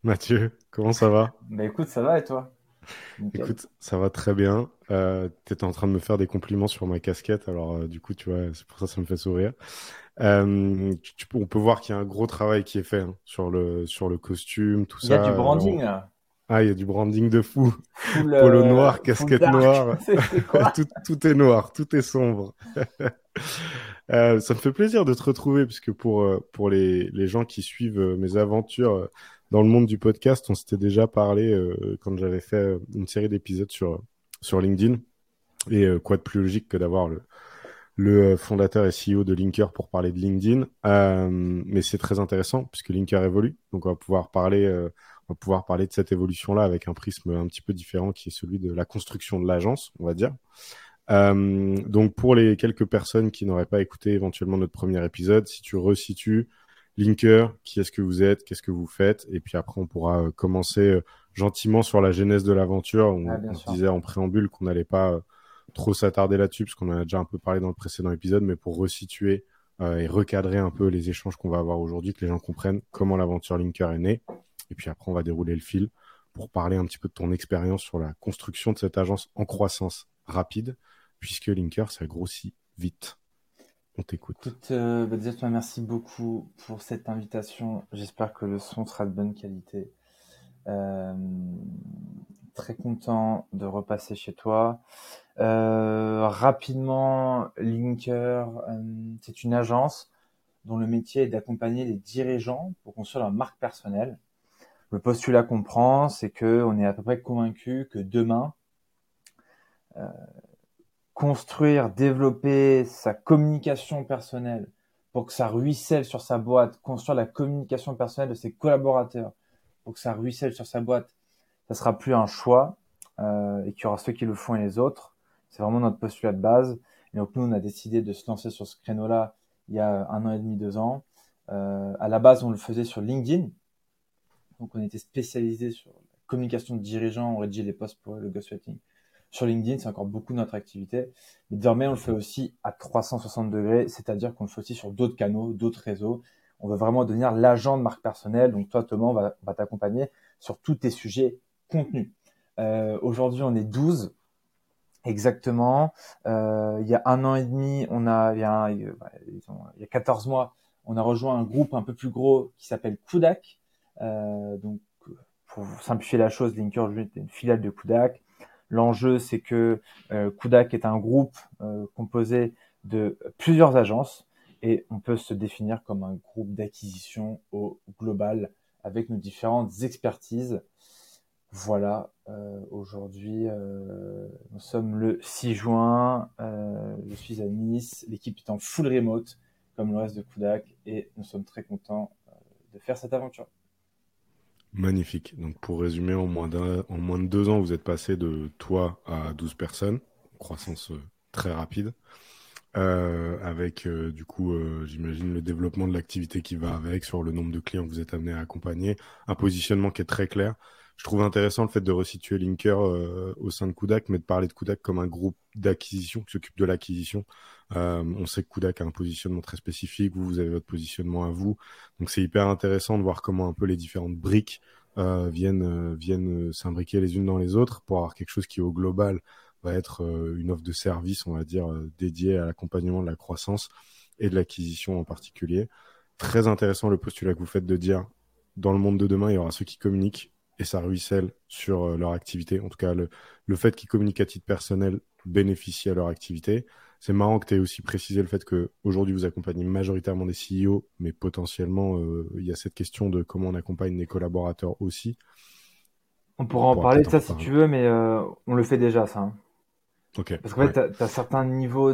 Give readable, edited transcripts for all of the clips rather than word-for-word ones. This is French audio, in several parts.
Mathieu, comment ça va? Bah écoute, ça va et toi? Nickel. Écoute, ça va très bien. T'étais en train de me faire des compliments sur ma casquette, alors du coup, tu vois, c'est pour ça que ça me fait sourire. On peut voir qu'il y a un gros travail qui est fait hein, sur le costume, tout Il y a du ça. branding là. Ah, il y a du branding de fou. Full, Polo noir, full casquette dark. noire, C'est quoi? tout est noir, tout est sombre. Ça me fait plaisir de te retrouver, puisque pour les gens qui suivent mes aventures dans le monde du podcast, on s'était déjà parlé quand j'avais fait une série d'épisodes sur LinkedIn. Et quoi de plus logique que d'avoir le fondateur et CEO de Linker pour parler de LinkedIn. Mais c'est très intéressant, puisque Linker évolue. Donc on va pouvoir parler de cette évolution-là avec un prisme un petit peu différent qui est celui de la construction de l'agence, on va dire. Donc pour les quelques personnes qui n'auraient pas écouté éventuellement notre premier épisode, si tu resitues Linker, qui est-ce que vous êtes, qu'est-ce que vous faites, et puis après on pourra commencer gentiment sur la genèse de l'aventure. Ah, On bien se sûr. disait en préambule qu'on n'allait pas trop s'attarder là-dessus, parce qu'on en a déjà un peu parlé dans le précédent épisode, mais pour resituer et recadrer un peu les échanges qu'on va avoir aujourd'hui, que les gens comprennent comment l'aventure Linker est née, et puis après on va dérouler le fil pour parler un petit peu de ton expérience sur la construction de cette agence en croissance rapide puisque Linker, ça grossit vite. On t'écoute. Écoute, bah déjà, toi, merci beaucoup pour cette invitation. J'espère que le son sera de bonne qualité. Euh, Très content de repasser chez toi. Rapidement, Linker, c'est une agence dont le métier est d'accompagner les dirigeants pour construire leur marque personnelle. Le postulat qu'on prend, c'est que on est à peu près convaincu que demain, construire, développer sa communication personnelle pour que ça ruisselle sur sa boîte, construire la communication personnelle de ses collaborateurs pour que ça ruisselle sur sa boîte, ça sera plus un choix et qu'il y aura ceux qui le font et les autres. C'est vraiment notre postulat de base. Et donc nous, on a décidé de se lancer sur ce créneau-là il y a 1 an et demi, 2 ans. À la base, on le faisait sur LinkedIn. Donc on était spécialisé sur la communication de dirigeants, on rédigeait des posts pour le ghostwriting. Sur LinkedIn, c'est encore beaucoup notre activité. Mais désormais, on le fait aussi à 360 degrés, c'est-à-dire qu'on le fait aussi sur d'autres canaux, d'autres réseaux. On veut vraiment devenir l'agent de marque personnelle. Donc toi, Thomas, on va t'accompagner sur tous tes sujets contenus. Aujourd'hui, on est 12 exactement. Il y a 1 an et demi, il y a 14 mois, on a rejoint un groupe un peu plus gros qui s'appelle Kudak. Donc, pour simplifier la chose, Linker est une filiale de Kudak. L'enjeu, c'est que Kudak est un groupe composé de plusieurs agences et on peut se définir comme un groupe d'acquisition au global avec nos différentes expertises. Voilà, aujourd'hui, nous sommes le 6 juin, je suis à Nice, l'équipe est en full remote, comme le reste de Kudak, et nous sommes très contents de faire cette aventure. Magnifique. Donc, pour résumer, en moins de 2 ans, vous êtes passé de toi à 12 personnes. Croissance très rapide. Avec, du coup, j'imagine le développement de l'activité qui va avec, sur le nombre de clients que vous êtes amené à accompagner. Un positionnement qui est très clair. Je trouve intéressant le fait de resituer Linker au sein de Kudak, mais de parler de Kudak comme un groupe d'acquisition qui s'occupe de l'acquisition. On sait que Kudak a un positionnement très spécifique, vous avez votre positionnement à vous. Donc c'est hyper intéressant de voir comment un peu les différentes briques viennent s'imbriquer les unes dans les autres pour avoir quelque chose qui au global va être une offre de service, on va dire, dédiée à l'accompagnement de la croissance et de l'acquisition en particulier. Très intéressant le postulat que vous faites de dire, dans le monde de demain, il y aura ceux qui communiquent et ça ruisselle sur leur activité. En tout cas, le fait qu'ils communiquent à titre personnel bénéficie à leur activité. C'est marrant que tu aies aussi précisé le fait qu'aujourd'hui, vous accompagnez majoritairement des CEO, mais potentiellement, il y a cette question de comment on accompagne les collaborateurs aussi. On On pourra en pourra parler peut-être de en ça si reparler. tu veux, mais on le fait déjà, ça, hein. Ok, Parce qu'en fait, ouais. tu as certains niveaux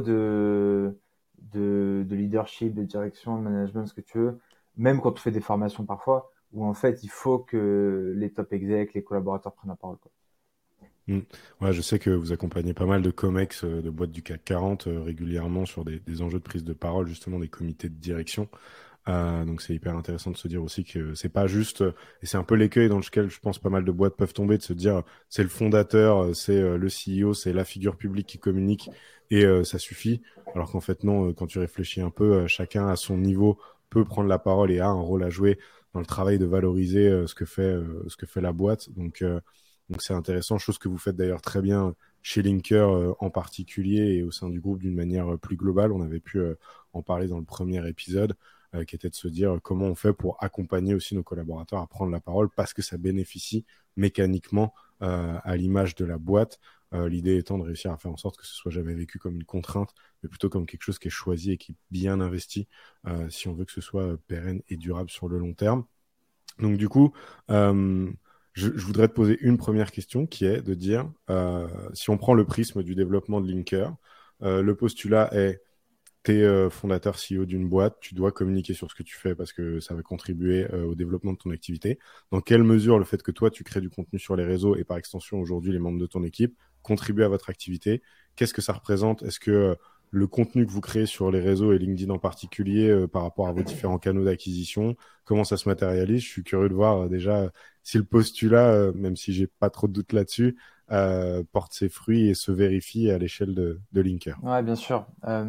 de leadership, de direction, de management, ce que tu veux, même quand tu fais des formations parfois, où en fait, il faut que les top execs, les collaborateurs prennent la parole, quoi. Mm. Ouais, je sais que vous accompagnez pas mal de comex, de boîtes du CAC 40 régulièrement sur des enjeux de prise de parole, justement des comités de direction. Donc c'est hyper intéressant de se dire aussi que c'est pas juste, et c'est un peu l'écueil dans lequel je pense pas mal de boîtes peuvent tomber, de se dire c'est le fondateur, c'est le CEO, c'est la figure publique qui communique et ça suffit. Alors qu'en fait non, quand tu réfléchis un peu, chacun à son niveau peut prendre la parole et a un rôle à jouer dans le travail de valoriser ce que fait la boîte. Donc c'est intéressant, chose que vous faites d'ailleurs très bien chez Linker en particulier et au sein du groupe d'une manière plus globale. On avait pu en parler dans le premier épisode, qui était de se dire comment on fait pour accompagner aussi nos collaborateurs à prendre la parole parce que ça bénéficie mécaniquement à l'image de la boîte. L'idée étant de réussir à faire en sorte que ce soit jamais vécu comme une contrainte, mais plutôt comme quelque chose qui est choisi et qui est bien investi, si on veut que ce soit pérenne et durable sur le long terme. Donc du coup, je voudrais te poser une première question qui est de dire, si on prend le prisme du développement de Linker, le postulat est t'es fondateur CEO d'une boîte, tu dois communiquer sur ce que tu fais parce que ça va contribuer au développement de ton activité. Dans quelle mesure le fait que toi, tu crées du contenu sur les réseaux et par extension aujourd'hui les membres de ton équipe contribuent à votre activité? Qu'est-ce que ça représente? Est-ce que le contenu que vous créez sur les réseaux et LinkedIn en particulier par rapport à vos différents canaux d'acquisition, comment ça se matérialise? Je suis curieux de voir déjà si le postulat, même si j'ai pas trop de doutes là-dessus, porte ses fruits et se vérifie à l'échelle de Linker. Ouais, bien sûr.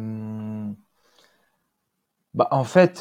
Bah, en fait,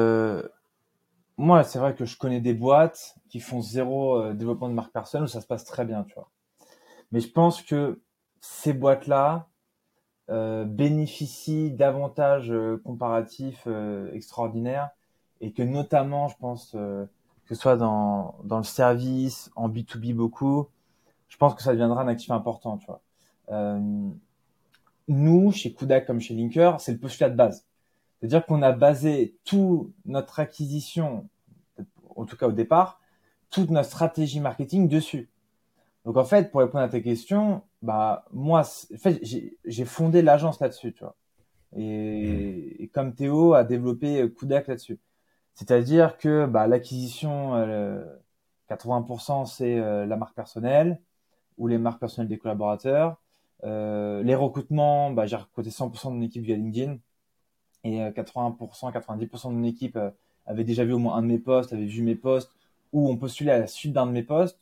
moi, c'est vrai que je connais des boîtes qui font zéro développement de marque personnelle où ça se passe très bien, tu vois. Mais je pense que ces boîtes-là bénéficient d'avantages comparatifs extraordinaires et que notamment, je pense, que ce soit dans le service, en B2B beaucoup, je pense que ça deviendra un actif important, tu vois. Euh, Nous, chez Kudak comme chez Linker, c'est le postulat de base. C'est-à-dire qu'on a basé toute notre acquisition, en tout cas au départ, toute notre stratégie marketing dessus. Donc en fait, pour répondre à ta question, bah moi, en fait, j'ai fondé l'agence là-dessus, tu vois. Et comme Théo a développé Kudak là-dessus. C'est-à-dire que bah, l'acquisition, 80% c'est la marque personnelle ou les marques personnelles des collaborateurs. Les recrutements, bah, j'ai recruté 100% de mon équipe via LinkedIn et 80%, 90% de mon équipe avait déjà vu au moins un de mes posts, avait vu mes posts ou ont postulé à la suite d'un de mes posts.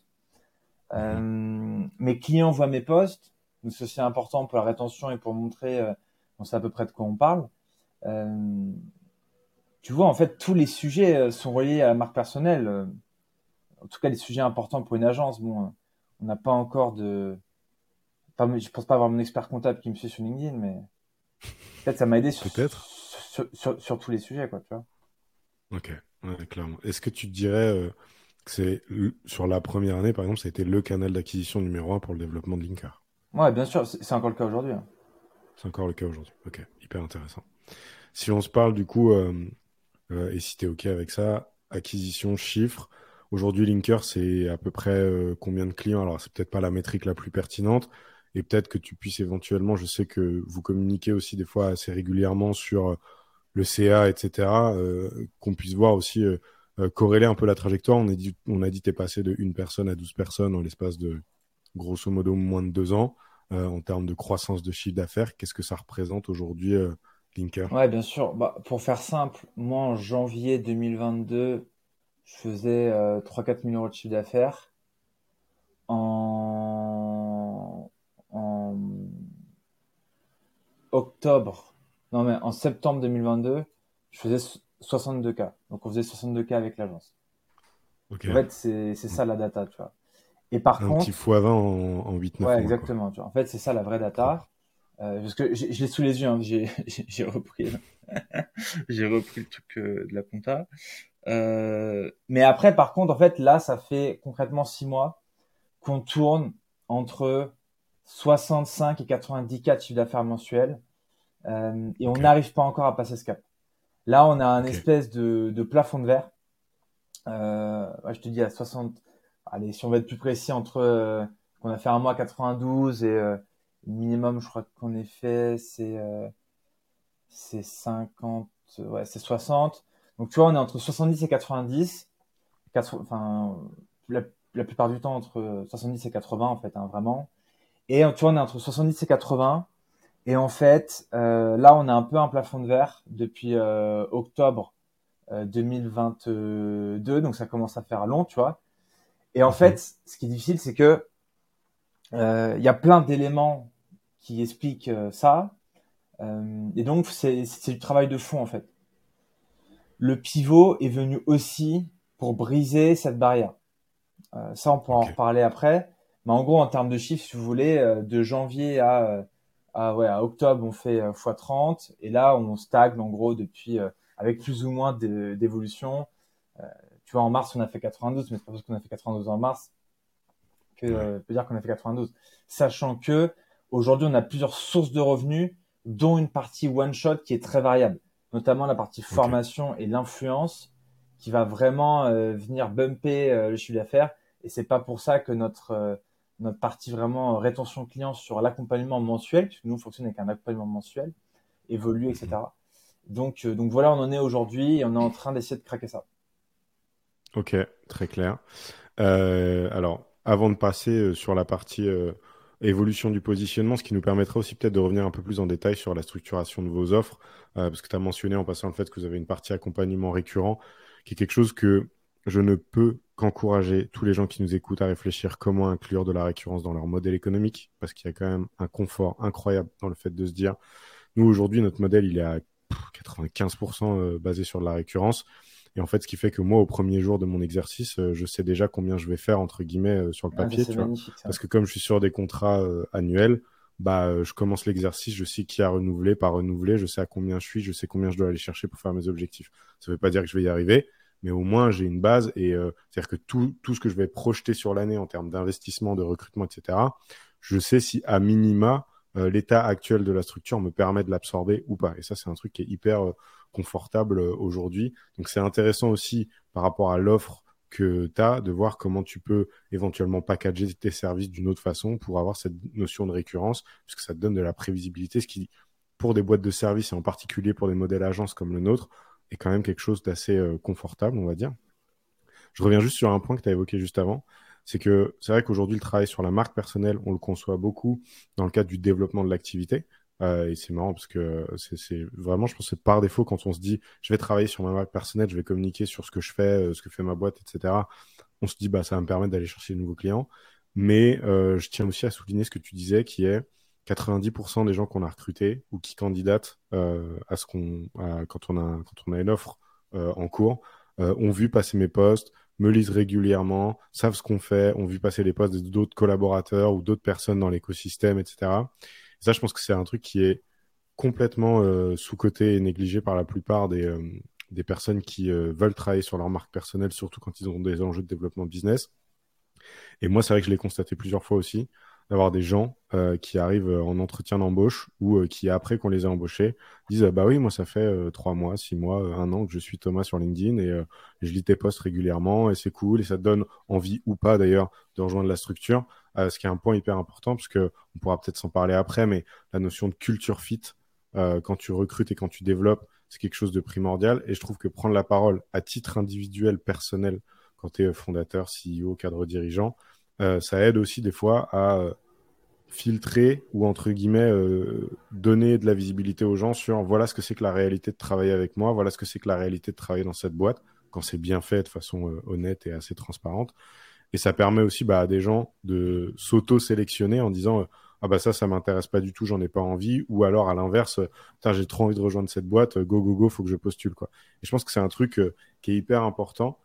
Mes clients voient mes posts, donc c'est aussi important pour la rétention et pour montrer on sait à peu près de quoi on parle. Euh, Tu vois, en fait, tous les sujets sont reliés à la marque personnelle. En tout cas, les sujets importants pour une agence. Bon, on n'a pas encore de. Enfin, je pense pas avoir mon expert comptable qui me suit sur LinkedIn, mais peut-être ça m'a aidé Peut-être. sur tous les sujets, quoi, tu vois. Ok, ouais, clairement. Est-ce que tu te dirais que sur la première année, par exemple, ça a été le canal d'acquisition numéro un pour le développement de Linker? Ouais, bien sûr, c'est encore le cas aujourd'hui, hein. C'est encore le cas aujourd'hui. Ok, hyper intéressant. Si on se parle du coup, et si tu es ok avec ça, acquisition, chiffres. Aujourd'hui, Linker, c'est à peu près combien de clients? Alors, c'est peut-être pas la métrique la plus pertinente. Et peut-être que tu puisses éventuellement, je sais que vous communiquez aussi des fois assez régulièrement sur le CA, etc., qu'on puisse voir aussi corréler un peu la trajectoire. On a dit t'es passé de une personne à 12 personnes en l'espace de grosso modo moins de 2 ans en termes de croissance de chiffre d'affaires. Qu'est-ce que ça représente aujourd'hui, Linker? Ouais, bien sûr. Bah, pour faire simple, moi, en janvier 2022, je faisais 3-4 millions euros de chiffre d'affaires. En octobre, non mais en septembre 2022, je faisais 62 k. Donc on faisait 62 k avec l'agence. Ok. En fait, c'est ça la data, tu vois. Et par Un petit contre, x20 en 8-9 ouais, mois, quoi. exactement, tu vois. En fait, c'est ça la vraie Trop data. fort. Parce que je l'ai sous les yeux, hein, j'ai repris, j'ai repris le truc de la compta. Mais après, par contre, en fait, là, ça fait concrètement 6 mois qu'on tourne entre 65 et 90 cas de chiffre d'affaires mensuel. Et on Ok. n'arrive pas encore à passer ce cap. Là, on a un Ok. espèce de plafond de verre. Ouais, je te dis à 60. Allez, si on va être plus précis, entre qu'on a fait un mois 92 et le minimum, je crois qu'on ait fait, c'est 50, ouais, c'est 60. Donc tu vois, on est entre 70 et 90. Enfin, la, la plupart du temps entre 70 et 80 en fait, hein, vraiment. Et tu vois, on est entre 70 et 80. Et en fait, là, on a un peu un plafond de verre depuis octobre 2022, donc ça commence à faire long, tu vois. Et en Mhm. fait, ce qui est difficile, c'est que il y a plein d'éléments qui expliquent ça, et donc c'est du travail de fond en fait. Le pivot est venu aussi pour briser cette barrière. Ça, on pourra en Ok. reparler après. Mais en gros, en termes de chiffres, si vous voulez, de janvier à octobre, on fait x 30. Et là, on stagne en gros depuis, avec plus ou moins d'évolution. Tu vois, en mars, on a fait 92, mais c'est pas parce qu'on a fait 92 en mars que Ouais. peut dire qu'on a fait 92. Sachant que aujourd'hui, on a plusieurs sources de revenus, dont une partie one shot qui est très variable, notamment la partie Ok. formation et l'influence, qui va vraiment venir bumper le chiffre d'affaires. Et c'est pas pour ça que notre partie vraiment rétention client sur l'accompagnement mensuel, puisque nous on fonctionne avec un accompagnement mensuel, évolue, Mhm. etc. Donc voilà, on en est aujourd'hui et on est en train d'essayer de craquer ça. Ok, très clair. Alors, avant de passer sur la partie évolution du positionnement, ce qui nous permettra aussi peut-être de revenir un peu plus en détail sur la structuration de vos offres, parce que tu as mentionné en passant le fait que vous avez une partie accompagnement récurrent, qui est quelque chose que je ne peux qu'encourager tous les gens qui nous écoutent à réfléchir comment inclure de la récurrence dans leur modèle économique, parce qu'il y a quand même un confort incroyable dans le fait de se dire, nous aujourd'hui, notre modèle, il est à 95% basé sur de la récurrence. Et en fait, ce qui fait que moi, au premier jour de mon exercice, je sais déjà combien je vais faire, entre guillemets, sur le Ah, ça, papier, c'est tu vois. magnifique ça. Parce que comme je suis sur des contrats annuels, bah, je commence l'exercice, je sais qui a renouvelé, pas renouvelé, je sais à combien je suis, je sais combien je dois aller chercher pour faire mes objectifs. Ça veut pas dire que je vais y arriver, mais au moins j'ai une base et c'est-à-dire que tout ce que je vais projeter sur l'année en termes d'investissement, de recrutement, etc., je sais si à minima, l'état actuel de la structure me permet de l'absorber ou pas. Et ça, c'est un truc qui est hyper confortable aujourd'hui. Donc, c'est intéressant aussi par rapport à l'offre que tu as de voir comment tu peux éventuellement packager tes services d'une autre façon pour avoir cette notion de récurrence, puisque ça te donne de la prévisibilité, ce qui, pour des boîtes de services et en particulier pour des modèles agences comme le nôtre, est quand même quelque chose d'assez confortable, on va dire. Je reviens juste sur un point que tu as évoqué juste avant. C'est que c'est vrai qu'aujourd'hui, le travail sur la marque personnelle, on le conçoit beaucoup dans le cadre du développement de l'activité. Et c'est marrant parce que c'est vraiment, je pense, que c'est par défaut quand on se dit, je vais travailler sur ma marque personnelle, je vais communiquer sur ce que je fais, ce que fait ma boîte, etc. On se dit, bah, ça va me permettre d'aller chercher de nouveaux clients. Mais je tiens aussi à souligner ce que tu disais, qui est 90% des gens qu'on a recrutés ou qui candidatent à quand on a une offre en cours, ont vu passer mes posts, me lisent régulièrement, savent ce qu'on fait, ont vu passer les posts d'autres collaborateurs ou d'autres personnes dans l'écosystème, etc. Et ça, je pense que c'est un truc qui est complètement sous-coté et négligé par la plupart des personnes qui veulent travailler sur leur marque personnelle, surtout quand ils ont des enjeux de développement business. Et moi, c'est vrai que je l'ai constaté plusieurs fois aussi, d'avoir des gens qui arrivent en entretien d'embauche ou qui, après qu'on les ait embauchés, disent bah oui, moi, ça fait 3 mois, 6 mois, un an que je suis Thomas sur LinkedIn et je lis tes posts régulièrement et c'est cool et ça te donne envie ou pas d'ailleurs de rejoindre la structure. Ce qui est un point hyper important parce que on pourra peut-être s'en parler après, mais la notion de culture fit quand tu recrutes et quand tu développes, c'est quelque chose de primordial. Et je trouve que prendre la parole à titre individuel, personnel, quand tu es fondateur, CEO, cadre dirigeant, ça aide aussi des fois à filtrer ou entre guillemets donner de la visibilité aux gens sur voilà ce que c'est que la réalité de travailler avec moi, voilà ce que c'est que la réalité de travailler dans cette boîte quand c'est bien fait de façon honnête et assez transparente. Et ça permet aussi bah, à des gens de s'auto-sélectionner en disant ah bah ça m'intéresse pas du tout, j'en ai pas envie, ou alors à l'inverse, j'ai trop envie de rejoindre cette boîte, go go go, faut que je postule quoi. Et je pense que c'est un truc qui est hyper important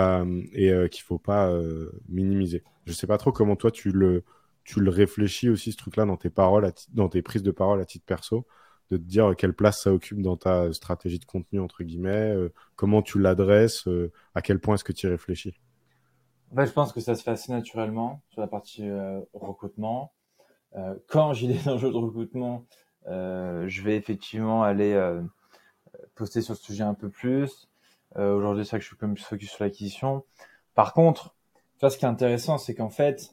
et qu'il faut pas minimiser. Je sais pas trop comment toi tu le réfléchis aussi ce truc-là dans tes paroles, dans tes prises de parole à titre perso, de te dire quelle place ça occupe dans ta stratégie de contenu entre guillemets, comment tu l'adresses, à quel point est-ce que tu y réfléchis. En fait, je pense que ça se fait assez naturellement sur la partie recrutement. Quand j'ai des enjeux de recrutement, je vais effectivement aller poster sur ce sujet un peu plus. Aujourd'hui, c'est vrai que je suis comme plus focus sur l'acquisition. Par contre, tu vois, ce qui est intéressant, c'est qu'en fait,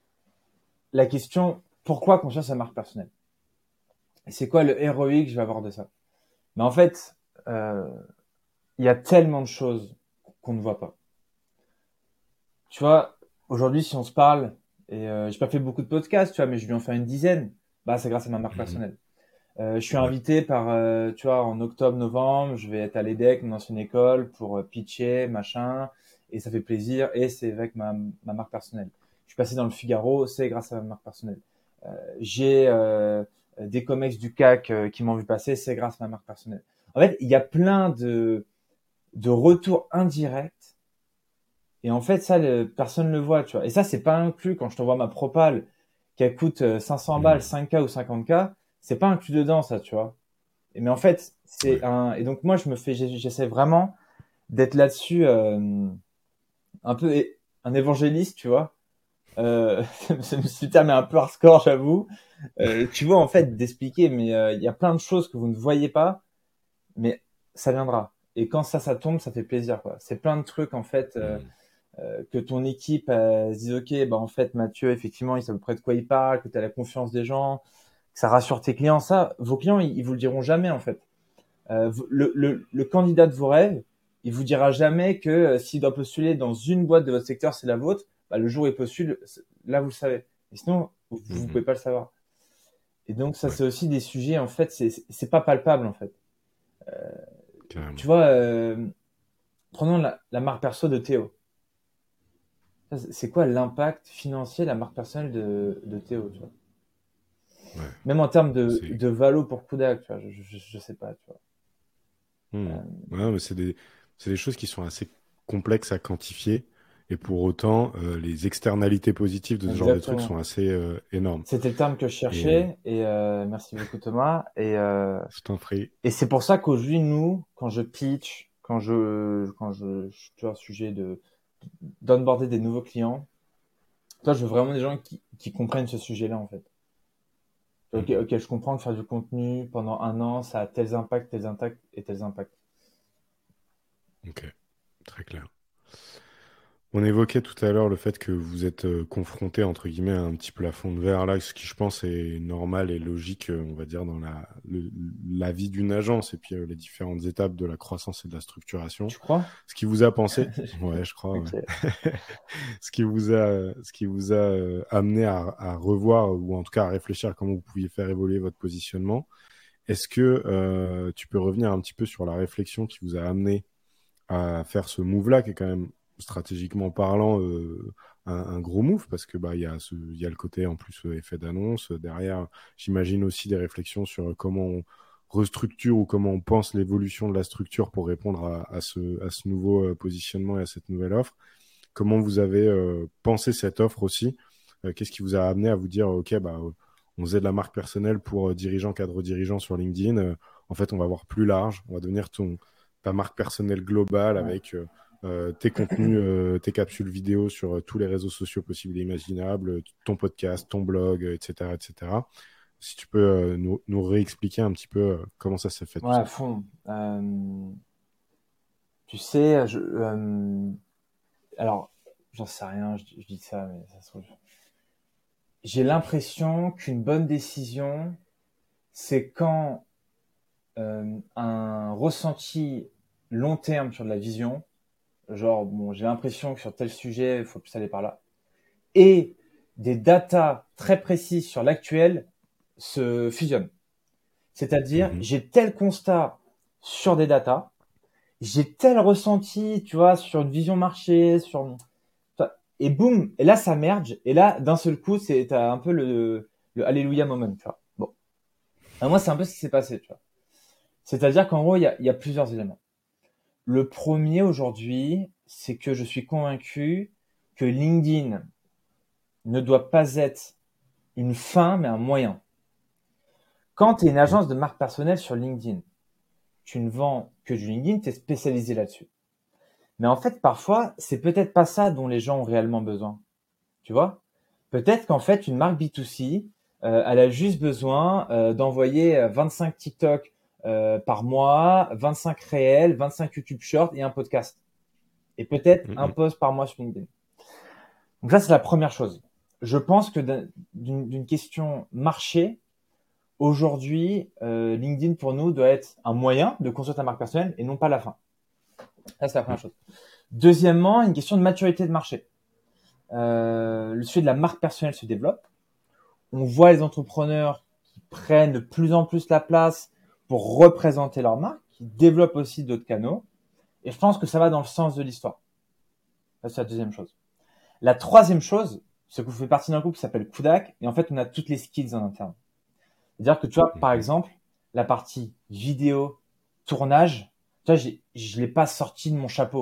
la question, pourquoi construire sa marque personnelle? Et c'est quoi le ROI que je vais avoir de ça? Mais en fait, euh, il y a tellement de choses qu'on ne voit pas. Tu vois, aujourd'hui, si on se parle, et j'ai pas fait beaucoup de podcasts, tu vois, mais je vais en faire une dizaine, bah, c'est grâce à ma marque Mhm. personnelle. Je suis Ouais. invité par, tu vois, en octobre, novembre, je vais être à l'EDEC, mon ancienne école, pour pitcher, machin, et ça fait plaisir, et c'est avec ma marque personnelle. Je suis passé dans le Figaro, c'est grâce à ma marque personnelle. J'ai des comex du CAC qui m'ont vu passer, c'est grâce à ma marque personnelle. En fait, il y a plein de retours indirects Et en fait, ça, personne ne le voit, tu vois. Et ça, c'est pas inclus quand je t'envoie ma propale qui coûte 500 balles, Mhm. 5K ou 50K. C'est pas inclus dedans, ça, tu vois. Mais en fait, c'est Ouais. un. Et donc, moi, j'essaie vraiment d'être là-dessus un peu un évangéliste, tu vois. Ce terme est un peu hardcore, j'avoue. Tu vois, en fait, d'expliquer, mais il y a plein de choses que vous ne voyez pas, mais ça viendra. Et quand ça tombe, ça fait plaisir, quoi. C'est plein de trucs, en fait, Mhm. que ton équipe se dise, OK, bah, en fait, Mathieu, effectivement, il sait à peu près de quoi il parle, que tu as la confiance des gens, que ça rassure tes clients. Ça, vos clients, ils vous le diront jamais, en fait. Le candidat de vos rêves, il vous dira jamais que s'il doit postuler dans une boîte de votre secteur, c'est la vôtre. Bah, le jour où il postule, là vous le savez. Et sinon, vous Mhm. pouvez pas le savoir. Et donc ça, Ouais, c'est aussi des sujets. En fait, c'est pas palpable en fait. Tu carrément. vois, prenons la marque perso de Théo. C'est quoi l'impact financier de la marque personnelle de Théo, tu vois? Ouais, Même en termes c'est. de valo pour Kudak, tu vois, je sais pas, tu vois. Mhm. Euh, Ouais, mais c'est des choses qui sont assez complexes à quantifier. Et pour autant, les externalités positives de ce genre de trucs exactement. sont assez énormes. C'était le terme que je Et cherchais et merci beaucoup Thomas. je t'en prie. Et c'est pour ça qu'aujourd'hui nous, quand je pitch, je suis un sujet d'onboarder des nouveaux clients, toi je veux vraiment des gens qui comprennent ce sujet-là en fait. Ok, Mhm. ok, je comprends que faire du contenu pendant un an, ça a tels impacts et tels impacts. Ok, très clair. On évoquait tout à l'heure le fait que vous êtes confronté entre guillemets à un petit plafond de verre là, ce qui je pense est normal et logique, on va dire, dans la vie d'une agence et puis les différentes étapes de la croissance et de la structuration. Tu crois? Ce qui vous a pensé, ouais, je crois, ouais. Ok. Ce qui vous a amené à revoir ou en tout cas à réfléchir à comment vous pouviez faire évoluer votre positionnement. Est-ce que tu peux revenir un petit peu sur la réflexion qui vous a amené à faire ce move-là, qui est quand même stratégiquement parlant un gros move, parce que bah il y a le côté en plus effet d'annonce derrière. J'imagine aussi des réflexions sur comment on restructure ou comment on pense l'évolution de la structure pour répondre à ce nouveau positionnement et à cette nouvelle offre. Comment vous avez pensé cette offre aussi? Qu'est-ce qui vous a amené à vous dire, OK, bah, on faisait de la marque personnelle pour dirigeants, cadres dirigeants sur LinkedIn. En fait, on va voir plus large. On va devenir ta marque personnelle globale Ouais. avec tes contenus, tes capsules vidéo sur tous les réseaux sociaux possibles et imaginables, ton podcast, ton blog, etc., etc. Si tu peux nous réexpliquer un petit peu comment ça s'est fait tout Ouais, ça. à fond. Tu sais, alors, j'en sais rien, je dis ça, mais ça se trouve. J'ai l'impression qu'une bonne décision, c'est quand un ressenti long terme sur de la vision, genre, bon, j'ai l'impression que sur tel sujet, il faut plus aller par là, et des datas très précises sur l'actuel se fusionnent. C'est-à-dire, Mhm. j'ai tel constat sur des datas, j'ai tel ressenti, tu vois, sur une vision marché, et boum, et là ça merge, et là d'un seul coup, t'as un peu le Alléluia moment, tu vois. Bon, à moi c'est un peu ce qui s'est passé, tu vois. C'est-à-dire qu'en gros, il y a plusieurs éléments. Le premier aujourd'hui, c'est que je suis convaincu que LinkedIn ne doit pas être une fin, mais un moyen. Quand tu es une Mhm. agence de marque personnelle sur LinkedIn, tu ne vends que du LinkedIn, tu es spécialisé là-dessus. Mais en fait, parfois, c'est peut-être pas ça dont les gens ont réellement besoin. Tu vois? Peut-être qu'en fait, une marque B2C, elle a juste besoin d'envoyer 25 TikTok par mois, 25 réels, 25 YouTube Shorts et un podcast. Et peut-être un Mhm. post par mois sur LinkedIn. Donc ça, c'est la première chose. Je pense que d'une question marché, aujourd'hui, LinkedIn pour nous doit être un moyen de construire ta marque personnelle et non pas la fin. Ça, c'est la première chose. Deuxièmement, une question de maturité de marché. Le sujet de la marque personnelle se développe. On voit les entrepreneurs qui prennent de plus en plus la place pour représenter leur marque, qui développent aussi d'autres canaux. Et je pense que ça va dans le sens de l'histoire. Ça, c'est la deuxième chose. La troisième chose, c'est que vous faites partie d'un groupe qui s'appelle Kudak, et en fait, on a toutes les skills en interne. C'est-à-dire que tu vois, par Mhm. exemple, la partie vidéo, tournage, tu vois, je l'ai pas sorti de mon chapeau.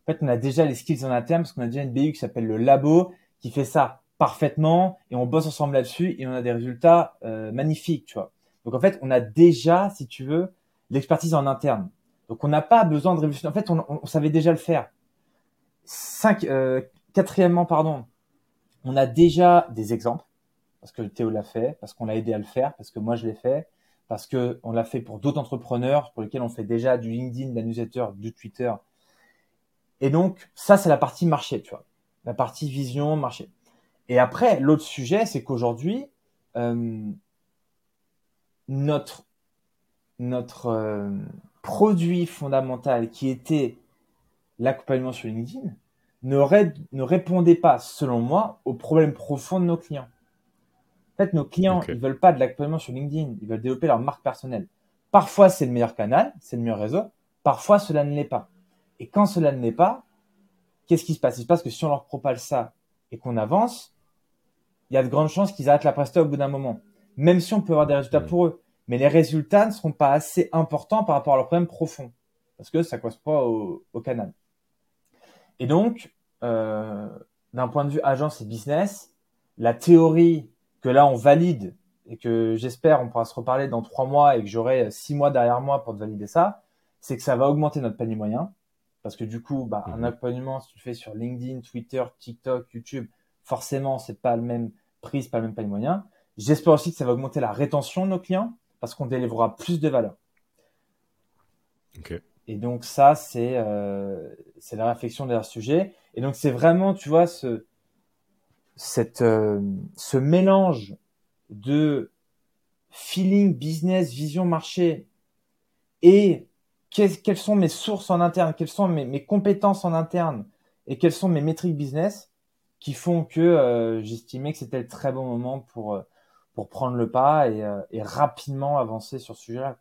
En fait, on a déjà les skills en interne parce qu'on a déjà une BU qui s'appelle le labo qui fait ça parfaitement et on bosse ensemble là-dessus et on a des résultats magnifiques, tu vois. Donc en fait, on a déjà, si tu veux, l'expertise en interne. Donc on n'a pas besoin de révolutionner. En fait, on savait déjà le faire. Quatrièmement, pardon, on a déjà des exemples parce que Théo l'a fait, parce qu'on l'a aidé à le faire, parce que moi je l'ai fait, parce que on l'a fait pour d'autres entrepreneurs pour lesquels on fait déjà du LinkedIn, de la newsletter, du Twitter. Et donc ça c'est la partie marché, tu vois, la partie vision marché. Et après l'autre sujet c'est qu'aujourd'hui euh, notre notre produit fondamental qui était l'accompagnement sur LinkedIn ne répondait pas, selon moi, aux problèmes profonds de nos clients. En fait, nos clients, Ok. ils veulent pas de l'accompagnement sur LinkedIn, ils veulent développer leur marque personnelle. Parfois, c'est le meilleur canal, c'est le meilleur réseau, parfois, cela ne l'est pas. Et quand cela ne l'est pas, qu'est-ce qui se passe? Il se passe que si on leur propale ça et qu'on avance, il y a de grandes chances qu'ils arrêtent la prestation au bout d'un moment. Même si on peut avoir des résultats Hmm. pour eux. Mais les résultats ne seront pas assez importants par rapport à leurs problèmes profonds. Parce que ça ne correspond pas au canal. Et donc, euh, d'un point de vue agence et business, la théorie que là on valide et que j'espère on pourra se reparler dans 3 mois et que j'aurai 6 mois derrière moi pour te valider ça, c'est que ça va augmenter notre panier moyen. Parce que du coup, bah, un Mhm. accompagnement, si tu le fais sur LinkedIn, Twitter, TikTok, YouTube, forcément, c'est pas le même prix, c'est pas le même panier moyen. J'espère aussi que ça va augmenter la rétention de nos clients parce qu'on délivrera plus de valeur. Ok. Et donc ça, c'est la réflexion derrière ce sujet. Et donc c'est vraiment, tu vois, ce mélange de feeling, business, vision marché et quelles sont mes sources en interne, quelles sont mes compétences en interne et quelles sont mes métriques business qui font que j'estimais que c'était le très bon moment pour prendre le pas et rapidement avancer sur ce sujet-là.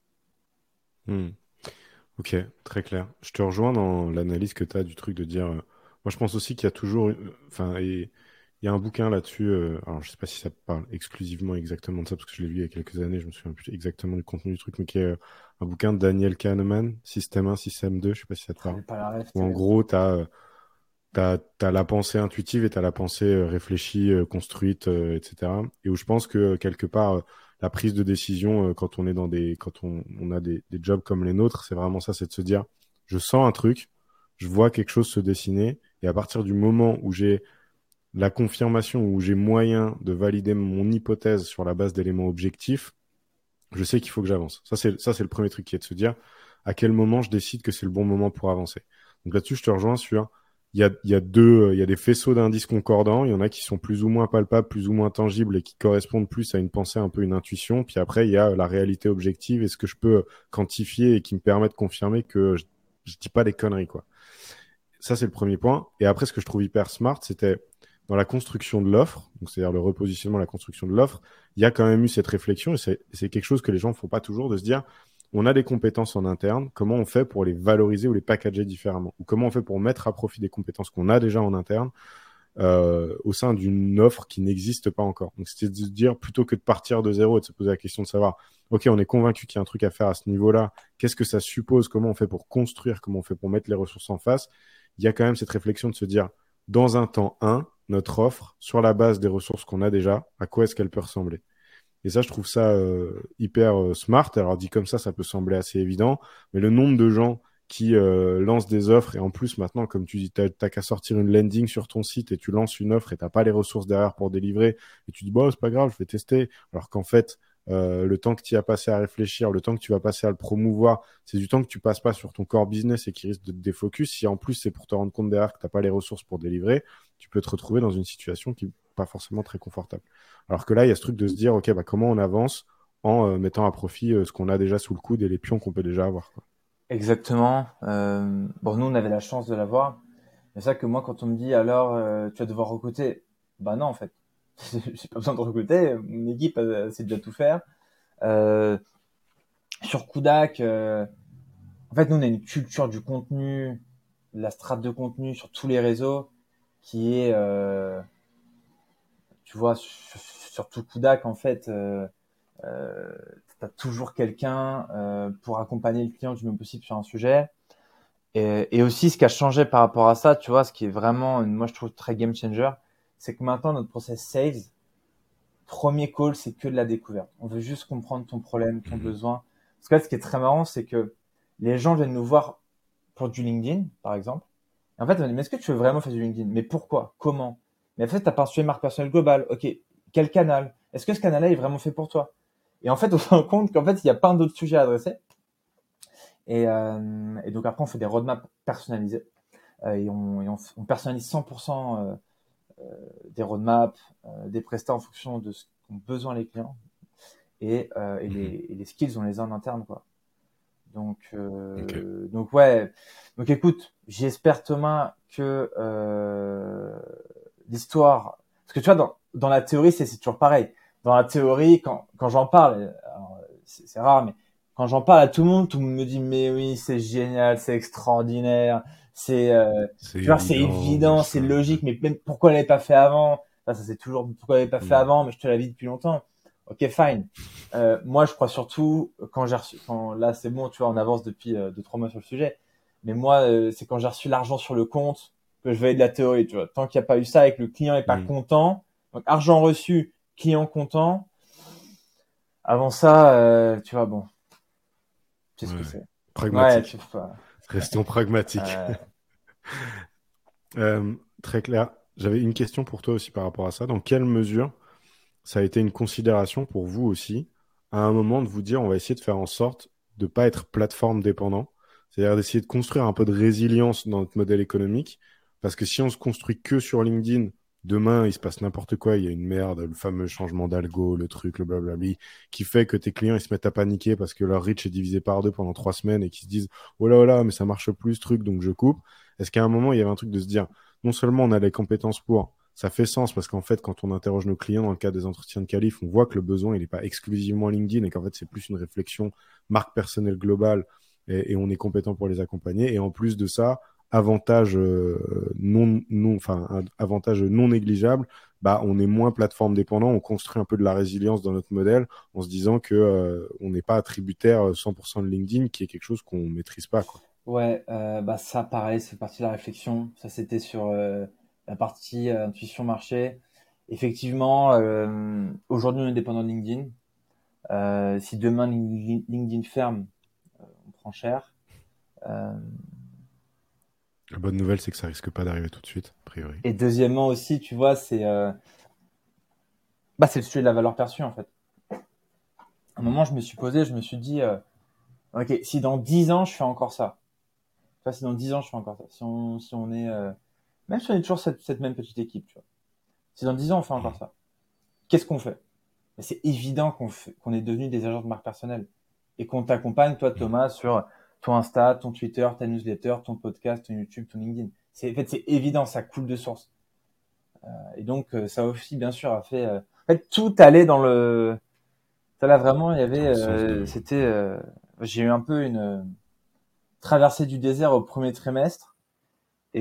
Hmm. Ok, très clair. Je te rejoins dans l'analyse que tu as du truc de dire. Moi, je pense aussi qu'il y a toujours. Enfin, et il y a un bouquin là-dessus. Alors, je sais pas si ça parle exclusivement exactement de ça, parce que je l'ai lu il y a quelques années. Je me souviens plus exactement du contenu du truc, mais qui est un bouquin de Daniel Kahneman, Système 1, Système 2. Je sais pas si ça te Ah, parle. j'ai pas la rêve Où en terrible. gros, t'as la pensée intuitive et t'as la pensée réfléchie, construite, etc. Et où je pense que quelque part, la prise de décision, quand on est quand on a des jobs comme les nôtres, c'est vraiment ça, c'est de se dire, je sens un truc, je vois quelque chose se dessiner, et à partir du moment où j'ai la confirmation, où j'ai moyen de valider mon hypothèse sur la base d'éléments objectifs, je sais qu'il faut que j'avance. Ça, c'est le premier truc qui est de se dire à quel moment je décide que c'est le bon moment pour avancer. Donc là-dessus, je te rejoins sur il y a des faisceaux d'indices concordants. Il y en a qui sont plus ou moins palpables, plus ou moins tangibles et qui correspondent plus à une pensée, un peu une intuition. Puis après, il y a la réalité objective et ce que je peux quantifier et qui me permet de confirmer que je dis pas des conneries, quoi. Ça, c'est le premier point. Et après, ce que je trouve hyper smart, c'était dans la construction de l'offre, donc c'est-à-dire le repositionnement, la construction de l'offre, il y a quand même eu cette réflexion, et c'est quelque chose que les gens ne font pas toujours, de se dire, on a des compétences en interne, comment on fait pour les valoriser ou les packager différemment, ou comment on fait pour mettre à profit des compétences qu'on a déjà en interne au sein d'une offre qui n'existe pas encore. Donc c'était de se dire, plutôt que de partir de zéro et de se poser la question de savoir, ok, on est convaincu qu'il y a un truc à faire à ce niveau-là, qu'est-ce que ça suppose, comment on fait pour construire, comment on fait pour mettre les ressources en face, il y a quand même cette réflexion de se dire, dans un temps 1, notre offre, sur la base des ressources qu'on a déjà, à quoi est-ce qu'elle peut ressembler? Et ça, je trouve ça hyper smart. Alors dit comme ça peut sembler assez évident, mais le nombre de gens qui lancent des offres, et en plus maintenant, comme tu dis, t'as qu'à sortir une landing sur ton site et tu lances une offre et t'as pas les ressources derrière pour délivrer, et tu dis, bon, c'est pas grave, je vais tester. Alors qu'en fait, le temps que tu as passé à réfléchir, le temps que tu vas passer à le promouvoir, c'est du temps que tu passes pas sur ton core business et qui risque de te défocus. Si en plus c'est pour te rendre compte derrière que t'as pas les ressources pour délivrer, tu peux te retrouver dans une situation qui n'est pas forcément très confortable. Alors que là, il y a ce truc de se dire, OK, bah, comment on avance en mettant à profit ce qu'on a déjà sous le coude et les pions qu'on peut déjà avoir, quoi. Exactement. Bon, nous, on avait la chance de l'avoir. C'est ça que moi, quand on me dit alors, tu vas devoir recruter, bah non, en fait, j'ai pas besoin de recruter. Mon équipe sait déjà tout faire. Euh, sur Kudak, en fait, nous, on a une culture du contenu, de la strate de contenu sur tous les réseaux qui est, tu vois, surtout Kudak, en fait, tu as toujours quelqu'un pour accompagner le client du mieux possible sur un sujet. Et aussi, ce qui a changé par rapport à ça, tu vois, ce qui est vraiment, moi, je trouve très game changer, c'est que maintenant, notre process sales, premier call, c'est que de la découverte. On veut juste comprendre ton problème, ton Mhm. besoin. Parce que là, ce qui est très marrant, c'est que les gens viennent nous voir pour du LinkedIn, par exemple. Et en fait, on dit, mais est-ce que tu veux vraiment faire du LinkedIn? Mais pourquoi? Comment? Mais en fait, tu as pas un sujet marque personnelle globale. OK. Quel canal? Est-ce que ce canal-là est vraiment fait pour toi? Et en fait, on se rend compte qu'en fait, il y a plein d'autres sujets à adresser. Et donc après, on fait des roadmaps personnalisés. On personnalise 100% des roadmaps, des prestats en fonction de ce qu'ont besoin les clients. Mhm. Et les skills, on les a en interne, quoi. Ok. Donc ouais. Donc écoute, j'espère Thomas que l'histoire, parce que tu vois, dans la théorie, c'est toujours pareil. Dans la théorie, quand j'en parle, alors, c'est rare, mais quand j'en parle à tout le monde me dit, mais oui, c'est génial, c'est extraordinaire, c'est, C'est tu vois, c'est évident, évident, c'est machin. logique, mais même pourquoi elle l'avait pas fait avant? Ça c'est toujours pourquoi elle l'avait pas fait Mhm. avant, mais je te l'avais dit depuis longtemps. Ok, fine. Moi, je crois surtout quand j'ai reçu, quand là c'est bon, tu vois, on avance depuis 2, 3 mois sur le sujet. Mais moi, c'est quand j'ai reçu l'argent sur le compte que je vais de la théorie, tu vois. Tant qu'il n'y a pas eu ça et que le client est pas Mhm. content, donc argent reçu, client content. Avant ça, tu vois, bon, tu sais ce que Ouais. c'est. Ouais, tu Pragmatique. vois. Restons pragmatiques. Euh, Très clair. J'avais une question pour toi aussi par rapport à ça. Dans quelle mesure ça a été une considération pour vous aussi, à un moment, de vous dire, on va essayer de faire en sorte de pas être plateforme dépendant, c'est-à-dire d'essayer de construire un peu de résilience dans notre modèle économique, parce que si on se construit que sur LinkedIn, demain, il se passe n'importe quoi, il y a une merde, le fameux changement d'algo, le truc, le blablabli, qui fait que tes clients, ils se mettent à paniquer parce que leur reach est divisé par deux pendant 3 semaines et qu'ils se disent, oh là, mais ça marche plus, ce truc, donc je coupe. Est-ce qu'à un moment, il y avait un truc de se dire, non seulement on a les compétences pour, ça fait sens parce qu'en fait, quand on interroge nos clients dans le cadre des entretiens de qualif, on voit que le besoin, il n'est pas exclusivement LinkedIn et qu'en fait, c'est plus une réflexion marque personnelle globale et on est compétent pour les accompagner. Et en plus de ça, avantage avantage non négligeable, bah, on est moins plateforme dépendant, on construit un peu de la résilience dans notre modèle en se disant que on n'est pas tributaire 100% de LinkedIn, qui est quelque chose qu'on maîtrise pas, quoi. ouais, bah ça, pareil, c'est partie de la réflexion. Ça, c'était sur la partie intuition marché. Effectivement, aujourd'hui, on est dépendant de LinkedIn. Si demain LinkedIn ferme, on prend cher. Euh, La bonne nouvelle, c'est que ça risque pas d'arriver tout de suite, a priori. et deuxièmement aussi, tu vois, bah, c'est le sujet de la valeur perçue en fait. À un moment, je me suis posé, je me suis dit, ok, si dans 10 ans, je fais encore ça. Tu vois, si dans 10 ans, je fais encore ça. Si on est, même si on est toujours cette même petite équipe, tu vois. Si dans 10 ans, on fait encore Mm. ça, qu'est-ce qu'on fait? Mais c'est évident qu'on est devenu des agents de marque personnelle et qu'on t'accompagne, toi, Mm. Thomas, sur ton Insta, ton Twitter, ta newsletter, ton podcast, ton YouTube, ton LinkedIn. En fait, c'est évident, ça coule de source. Et donc, ça aussi, bien sûr, a fait, en fait, tout allait dans le, ça là vraiment, il y avait, Dans le sens de... j'ai eu un peu une traversée du désert au premier trimestre et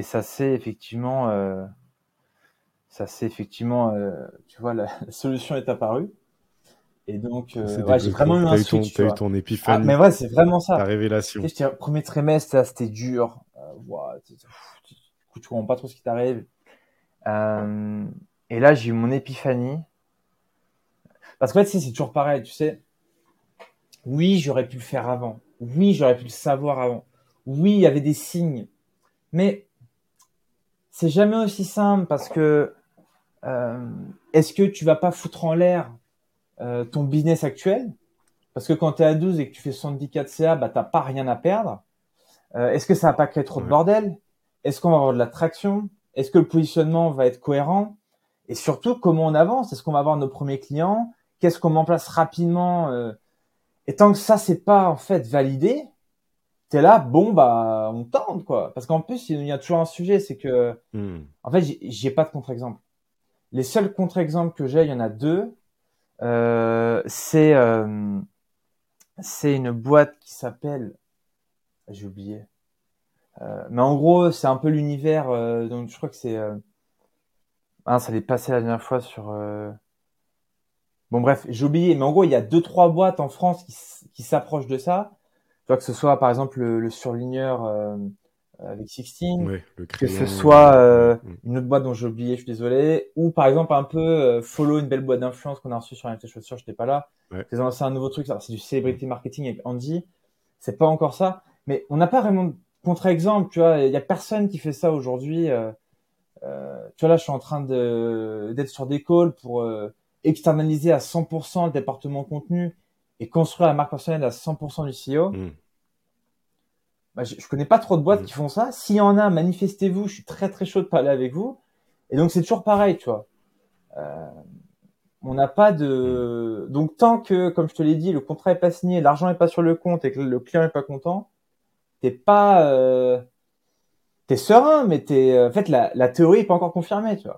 tu vois, la solution est apparue. Et donc, Ça s'est ouais, j'ai vraiment débloqué. eu un switch, tu T'as eu vois. ton Ah, mais épiphanie, ouais, c'est vraiment ta ça. Tu révélation. sais, premier trimestre, là, c'était dur. Ouah, du coup, tu comprends pas trop ce qui t'arrive. Euh, et là, j'ai eu mon épiphanie. Parce qu'en fait, c'est toujours pareil, tu sais. Oui, j'aurais pu le faire avant. Oui, j'aurais pu le savoir avant. Oui, il y avait des signes. Mais c'est jamais aussi simple parce que euh, est-ce que tu vas pas foutre en l'air ton business actuel? Parce que quand tu es à 12 et que tu fais 70 de CA, bah, t'as pas rien à perdre. Est-ce que ça va pas créer trop de Ouais. bordel? Est-ce qu'on va avoir de la traction? Est-ce que le positionnement va être cohérent? Et surtout, comment on avance? Est-ce qu'on va avoir nos premiers clients? Qu'est-ce qu'on met en place rapidement? Et tant que ça, c'est pas en fait validé, t'es là, bon, bah, on tente, quoi. Parce qu'en plus, il y a toujours un sujet, c'est que, Hmm. en fait, j'ai pas de contre-exemple. Les seuls contre-exemples que j'ai, il y en a deux. Euh, c'est euh, c'est une boîte qui s'appelle, j'ai oublié. Mais en gros, c'est un peu l'univers. Donc, je crois que c'est. Ah, ça l'est passé la dernière fois sur. Bon, bref, j'ai oublié. Mais en gros, il y a 2, 3 boîtes en France qui s'approchent de ça. Tu vois que ce soit par exemple le surligneur. avec Sixteen, Ouais, le que ce crayon. soit Ouais. une autre boîte dont j'ai oublié, je suis désolé, ou par exemple un peu follow une belle boîte d'influence qu'on a reçue sur NFT Chaussures, j'étais pas là. Ouais. Ils ont lancé un nouveau truc, c'est du Mm. celebrity marketing avec Andy. C'est pas encore ça, mais on n'a pas vraiment de contre-exemple, tu vois. Il y a personne qui fait ça aujourd'hui. Tu vois, là, je suis en train d'être sur des calls pour externaliser à 100% le département contenu et construire la marque personnelle à 100% du CEO. Mm. Bah, je connais pas trop de boîtes Mm. qui font ça. S'il y en a, manifestez-vous. Je suis très très chaud de parler avec vous. Et donc c'est toujours pareil, tu vois. On n'a pas Mm. de. Donc tant que, comme je te l'ai dit, le contrat est pas signé, l'argent est pas sur le compte et que le client est pas content, t'es pas, t'es serein, mais en fait la théorie est pas encore confirmée, tu vois.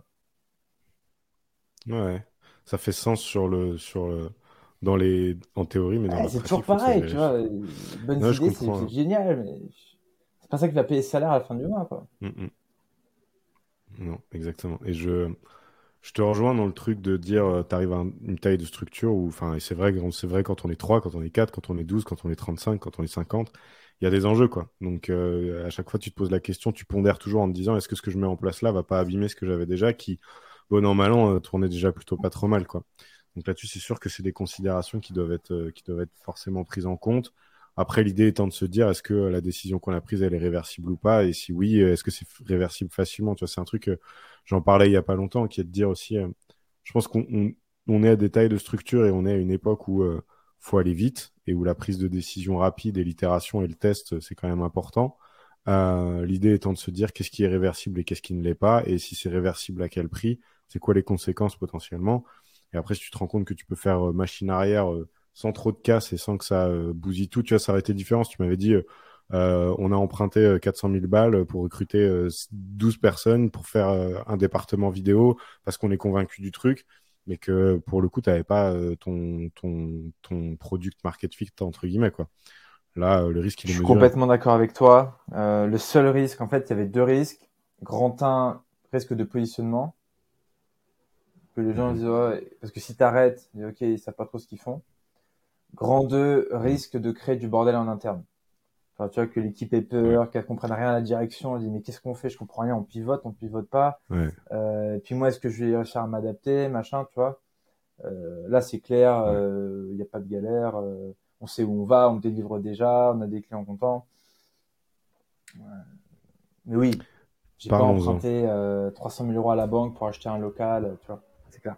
Ouais. Ça fait sens en théorie, mais dans Ouais, la c'est pratique, toujours faut que ça se pareil, tu vérifie, vois. quoi. Bonnes Ouais, je idées, c'est comprends, hein. génial, mais c'est pas ça qui va payer le salaire à la fin du mois, quoi. Mm, mm. Non, exactement. Et je te rejoins dans le truc de dire, t'arrives à une taille de structure où, enfin, et c'est vrai quand on est 3, quand on est 4, quand on est 12, quand on est 35, quand on est 50, il y a des enjeux, quoi. Donc, à chaque fois, tu te poses la question, tu pondères toujours en te disant, est-ce que ce que je mets en place là va pas abîmer ce que j'avais déjà, qui, bon an, mal an, tournait déjà plutôt pas trop mal, quoi. Donc là-dessus, c'est sûr que c'est des considérations qui doivent être forcément prises en compte. Après, l'idée étant de se dire, est-ce que la décision qu'on a prise, elle est réversible ou pas? Et si oui, est-ce que c'est réversible facilement? Tu vois, c'est un truc, j'en parlais il y a pas longtemps, qui est de dire aussi, je pense on est à des tailles de structure et on est à une époque où faut aller vite et où la prise de décision rapide et l'itération et le test, c'est quand même important. L'idée étant de se dire qu'est-ce qui est réversible et qu'est-ce qui ne l'est pas, et si c'est réversible, à quel prix, c'est quoi les conséquences potentiellement. Et après, si tu te rends compte que tu peux faire machine arrière sans trop de casse et sans que ça bousille tout, tu vois, ça aurait été différent. Si tu m'avais dit, on a emprunté 400 000 balles pour recruter 12 personnes pour faire un département vidéo parce qu'on est convaincu du truc, mais que pour le coup, tu n'avais pas ton product market fit, entre guillemets, quoi. Là, le risque, il Je est suis mesuré. complètement d'accord avec toi. Le seul risque, en fait, il y avait deux risques. Grand 1, risque de positionnement, que les gens Mhm. disent, ouais, parce que si t'arrêtes, ils disent, ok, ils savent pas trop ce qu'ils font. Grand 2, Mhm. risque de créer du bordel en interne. Enfin, tu vois, que l'équipe ait Ouais, peur, qu'elle comprenne rien à la direction, elle dit, mais qu'est-ce qu'on fait? Je comprends rien, on pivote pas. ouais, Puis moi, est-ce que je vais réussir à m'adapter, machin, tu vois? Là, c'est clair, ouais. il n'y a pas de galère, on sait où on va, on délivre déjà, on a des clients contents. Mais oui, j'ai pas Parlons-en. emprunté 300 000 euros à la banque pour acheter un local, tu vois, c'est clair.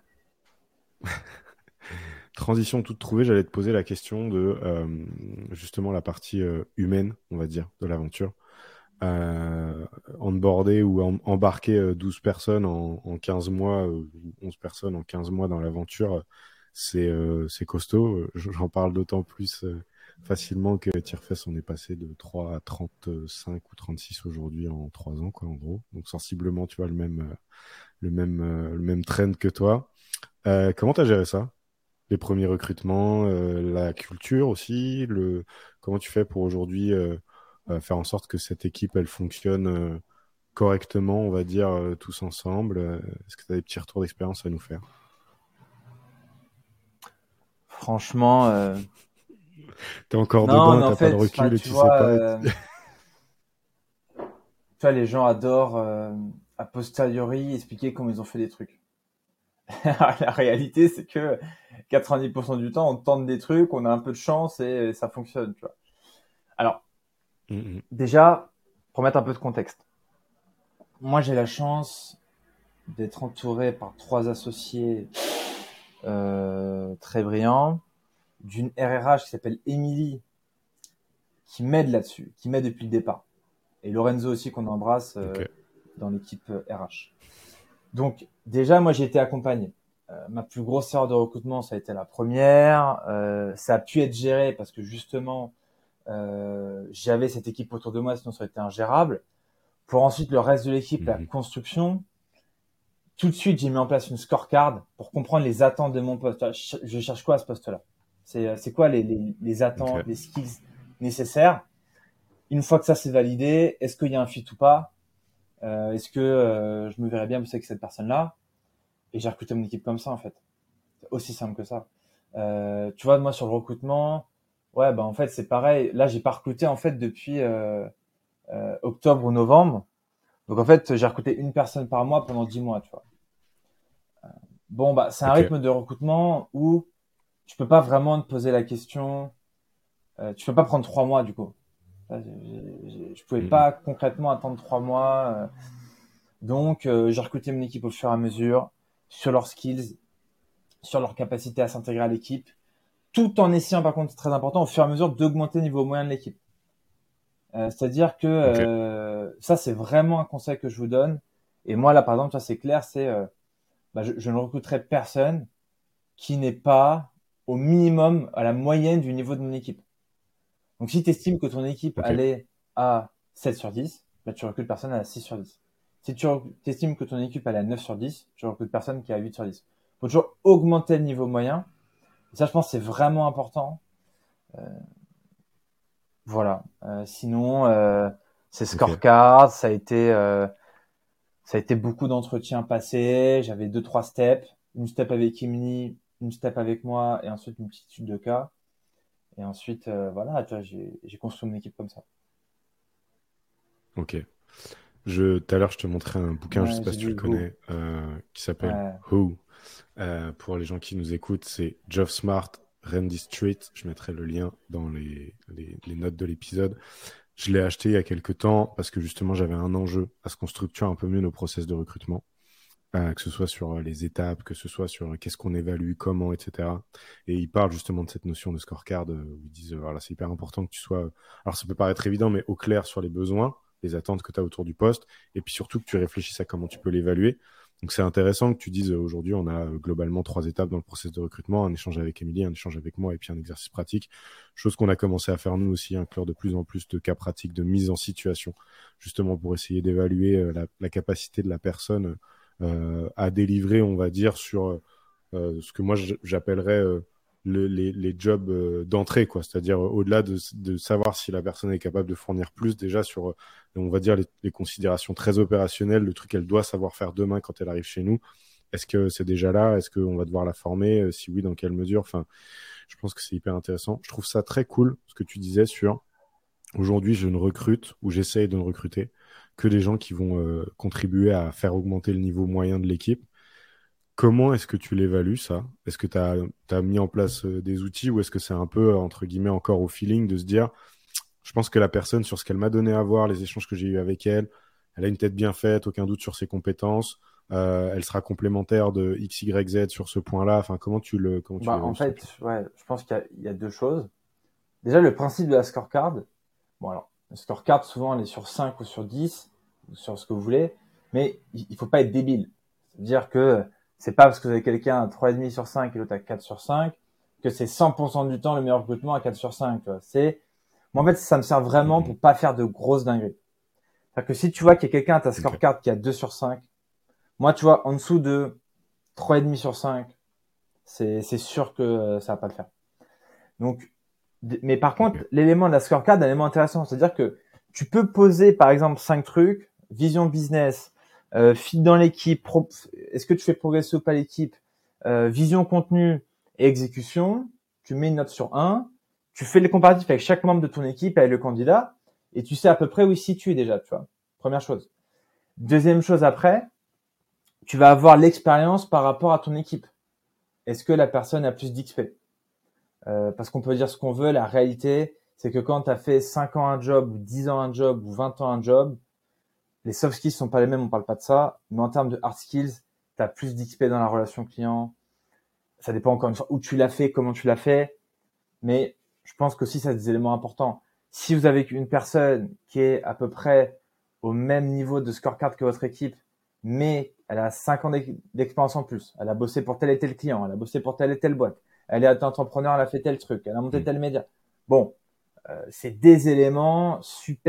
Transition toute trouvée, j'allais te poser la question de justement la partie humaine, on va dire, de l'aventure. Euh, onboarder ou embarquer 12 personnes en 15 mois, ou 11 personnes en 15 mois dans l'aventure, c'est costaud. J'en parle d'autant plus facilement que Tierfest, on est passé de 3 à 35 ou 36 aujourd'hui en 3 ans, quoi, en gros. Donc sensiblement, tu vois, le même trend que toi. Comment t'as géré ça? Les premiers recrutements, la culture aussi, comment tu fais pour aujourd'hui faire en sorte que cette équipe elle fonctionne correctement, on va dire tous ensemble. Est-ce que tu as des petits retours d'expérience à nous faire? Franchement, T'es encore non, dedans, mais en t'as pas de fait, enfin, recul et tu tu sais vois, pas. tu vois, les gens adorent a posteriori expliquer comment ils ont fait des trucs. La réalité, c'est que 90% du temps, on tente des trucs, on a un peu de chance et ça fonctionne, tu vois. Alors, Mhm, déjà, pour mettre un peu de contexte, moi, j'ai la chance d'être entouré par trois associés très brillants, d'une RRH qui s'appelle Émilie, qui m'aide là-dessus, qui m'aide depuis le départ. Et Lorenzo aussi, qu'on embrasse ok. dans l'équipe RH. Donc, déjà, moi, j'ai été accompagné. Ma plus grosse erreur de recrutement, ça a été la première. Ça a pu être géré parce que justement, j'avais cette équipe autour de moi, sinon ça aurait été ingérable. Pour ensuite le reste de l'équipe, la Mhm, construction, tout de suite, j'ai mis en place une scorecard pour comprendre les attentes de mon poste. Je cherche quoi à ce poste-là? C'est quoi les attentes, ok. les skills nécessaires? Une fois que ça c'est validé, est-ce qu'il y a un fit ou pas? Est-ce que je me verrais bien bosser avec cette personne-là? Et j'ai recruté mon équipe comme ça en fait. C'est aussi simple que ça. Tu vois, moi sur le recrutement, ouais, bah en fait c'est pareil. Là, j'ai pas recruté en fait depuis octobre ou novembre. Donc en fait, j'ai recruté une personne par mois pendant 10 mois, tu vois. Bon, bah, c'est un Ok. rythme de recrutement où tu peux pas vraiment te poser la question. Tu peux pas prendre 3 mois du coup. Je pouvais Mm, pas concrètement attendre 3 mois. Donc, j'ai recruté mon équipe au fur et à mesure sur leurs skills, sur leur capacité à s'intégrer à l'équipe, tout en essayant, par contre, c'est très important, au fur et à mesure d'augmenter le niveau moyen de l'équipe. C'est-à-dire que ok. ça, c'est vraiment un conseil que je vous donne. Et moi, là, par exemple, ça, c'est clair, c'est bah, je ne recruterai personne qui n'est pas au minimum à la moyenne du niveau de mon équipe. Donc, si tu estimes que ton équipe Ok. allait à 7 sur 10, bah, tu recrutes personne à 6 sur 10. Si tu estimes que ton équipe allait à 9 sur 10, tu recrutes personne qui est à 8 sur 10. Il faut toujours augmenter le niveau moyen. Et ça, je pense, c'est vraiment important. Voilà. Sinon, c'est Ok. scorecard. Ça a été beaucoup d'entretiens passés. J'avais deux, trois steps. Une step avec Emily, une step avec moi, et ensuite une petite étude de cas. Et ensuite, voilà, tu vois, j'ai construit mon équipe comme ça. Ok. Tout à l'heure, je te montrais un bouquin, je sais Ouais, pas j'ai si tu le vu Who. connais, qui s'appelle Ouais, Who. Pour les gens qui nous écoutent, c'est Geoff Smart, Randy Street. Je mettrai le lien dans les notes de l'épisode. Je l'ai acheté il y a quelques temps parce que justement, j'avais un enjeu à ce qu'on structure un peu mieux nos process de recrutement. Que ce soit sur les étapes, que ce soit sur qu'est-ce qu'on évalue, comment, etc. Et ils parlent justement de cette notion de scorecard, où ils disent, voilà, c'est hyper important que tu sois, alors ça peut paraître évident, mais au clair sur les besoins, les attentes que tu as autour du poste, et puis surtout que tu réfléchisses à comment tu peux l'évaluer. Donc c'est intéressant que tu dises, aujourd'hui, on a globalement 3 étapes dans le process de recrutement, un échange avec Émilie, un échange avec moi, et puis un exercice pratique. Chose qu'on a commencé à faire nous aussi, inclure de plus en plus de cas pratiques, de mise en situation, justement pour essayer d'évaluer la capacité de la personne à délivrer, on va dire, sur ce que moi j'appellerais les jobs d'entrée, quoi. C'est-à-dire au-delà de savoir si la personne est capable de fournir plus, déjà sur, on va dire, les considérations très opérationnelles, le truc qu'elle doit savoir faire demain quand elle arrive chez nous. Est-ce que c'est déjà là? Est-ce qu'on va devoir la former? Si oui, dans quelle mesure? Enfin, je pense que c'est hyper intéressant. Je trouve ça très cool, ce que tu disais sur aujourd'hui, je ne recrute ou j'essaye de ne recruter que des gens qui vont contribuer à faire augmenter le niveau moyen de l'équipe. Comment est-ce que tu l'évalues, ça? Est-ce que tu as mis en place des outils ou est-ce que c'est un peu, entre guillemets, encore au feeling de se dire, je pense que la personne, sur ce qu'elle m'a donné à voir, les échanges que j'ai eus avec elle, elle a une tête bien faite, aucun doute sur ses compétences, elle sera complémentaire de X, Y, Z sur ce point-là. Enfin, comment tu Bah, en l'évalues, ce fait, truc-là? ouais, je pense qu'il y a deux choses. Déjà, le principe de la scorecard. Bon, alors, la scorecard, souvent, elle est sur 5 ou sur 10, ou sur ce que vous voulez, mais il faut pas être débile. C'est-à-dire que c'est pas parce que vous avez quelqu'un à 3,5 sur 5 et l'autre à 4 sur 5 que c'est 100% du temps le meilleur recrutement à 4 sur 5. Tu vois. Moi, en fait, ça me sert vraiment Mhm. pour pas faire de grosses dingueries. C'est-à-dire que si tu vois qu'il y a quelqu'un à ta Ok. scorecard qui a 2 sur 5, moi, tu vois, en dessous de 3,5 sur 5, c'est sûr que ça va pas le faire. Donc, mais par contre, Ok. l'élément de la scorecard est un élément intéressant. C'est-à-dire que tu peux poser, par exemple, 5 trucs, vision business, fit dans l'équipe, est-ce que tu fais progresser ou pas l'équipe, vision contenu et exécution. Tu mets une note sur 1. Tu fais les comparatifs avec chaque membre de ton équipe, avec le candidat, et tu sais à peu près où il se situe déjà, tu vois. Première chose. Deuxième chose après, tu vas avoir l'expérience par rapport à ton équipe. Est-ce que la personne a plus d'XP? Parce qu'on peut dire ce qu'on veut, la réalité, c'est que quand tu as fait 5 ans un job, ou 10 ans un job, ou 20 ans un job, les soft skills sont pas les mêmes, on parle pas de ça, mais en termes de hard skills, tu as plus d'XP dans la relation client. Ça dépend encore une fois où tu l'as fait, comment tu l'as fait, mais je pense que si ça, c'est des éléments importants. Si vous avez une personne qui est à peu près au même niveau de scorecard que votre équipe, mais elle a 5 ans d'expérience en plus, elle a bossé pour tel et tel client, elle a bossé pour telle et telle boîte, elle est entrepreneur, elle a fait tel truc, elle a monté Mhm. tel média. Bon, c'est des éléments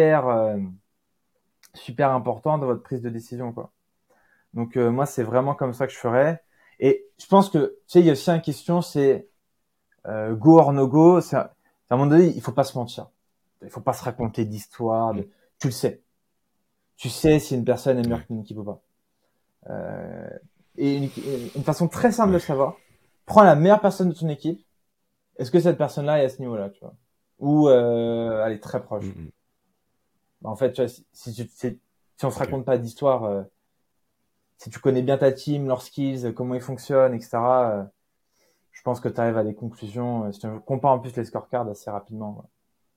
super importants dans votre prise de décision, quoi. Donc moi, c'est vraiment comme ça que je ferais. Et je pense que, tu sais, il y a aussi une question, c'est go or no go. À un moment donné, il faut pas se mentir. Il faut pas se raconter d'histoire. Mhm. Tu le sais. Tu sais si une personne est meilleure Ouais. qu'une équipe ou pas. Euh, et une façon très simple de Ouais. le savoir, prends la meilleure personne de ton équipe. Est-ce que cette personne-là est à ce niveau-là, tu vois? Ou elle est très proche. Mhm. Bah, en fait, tu vois, si on se Ok. raconte pas d'histoire, si tu connais bien ta team, leurs skills, comment ils fonctionnent, etc., je pense que tu arrives à des conclusions. Si tu compares en plus les scorecards assez rapidement. Ouais.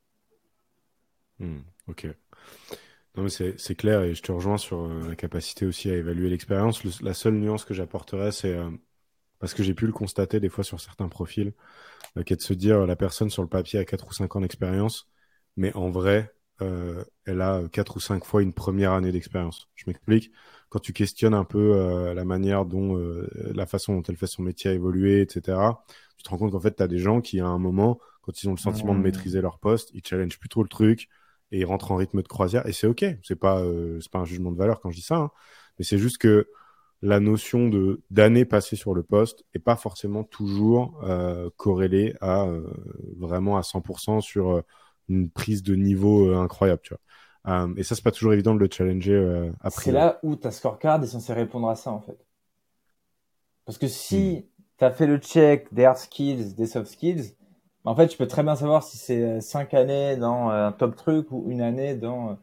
Ok. Non, mais c'est clair et je te rejoins sur la capacité aussi à évaluer l'expérience. La seule nuance que j'apporterais, c'est parce que j'ai pu le constater des fois sur certains profils, qui est de se dire la personne sur le papier a 4 ou 5 ans d'expérience, mais en vrai, elle a 4 ou 5 fois une première année d'expérience. Je m'explique. Quand tu questionnes un peu la manière dont, la façon dont elle fait son métier a évolué, etc., tu te rends compte qu'en fait, tu as des gens qui, à un moment, quand ils ont le sentiment de Mmh. maîtriser leur poste, ils challengent plus trop le truc et ils rentrent en rythme de croisière. Et c'est OK. C'est pas un jugement de valeur quand je dis ça, hein. Mais c'est juste que la notion de d'années passées sur le poste est pas forcément toujours corrélée à vraiment à 100% sur une prise de niveau incroyable, tu vois. Et ça, c'est pas toujours évident de le challenger a C'est priori. là où ta scorecard est censé répondre à ça, en fait. Parce que Hmm. si tu as fait le check des hard skills, des soft skills, en fait, tu peux très bien savoir si c'est 5 années dans un top truc ou une année dans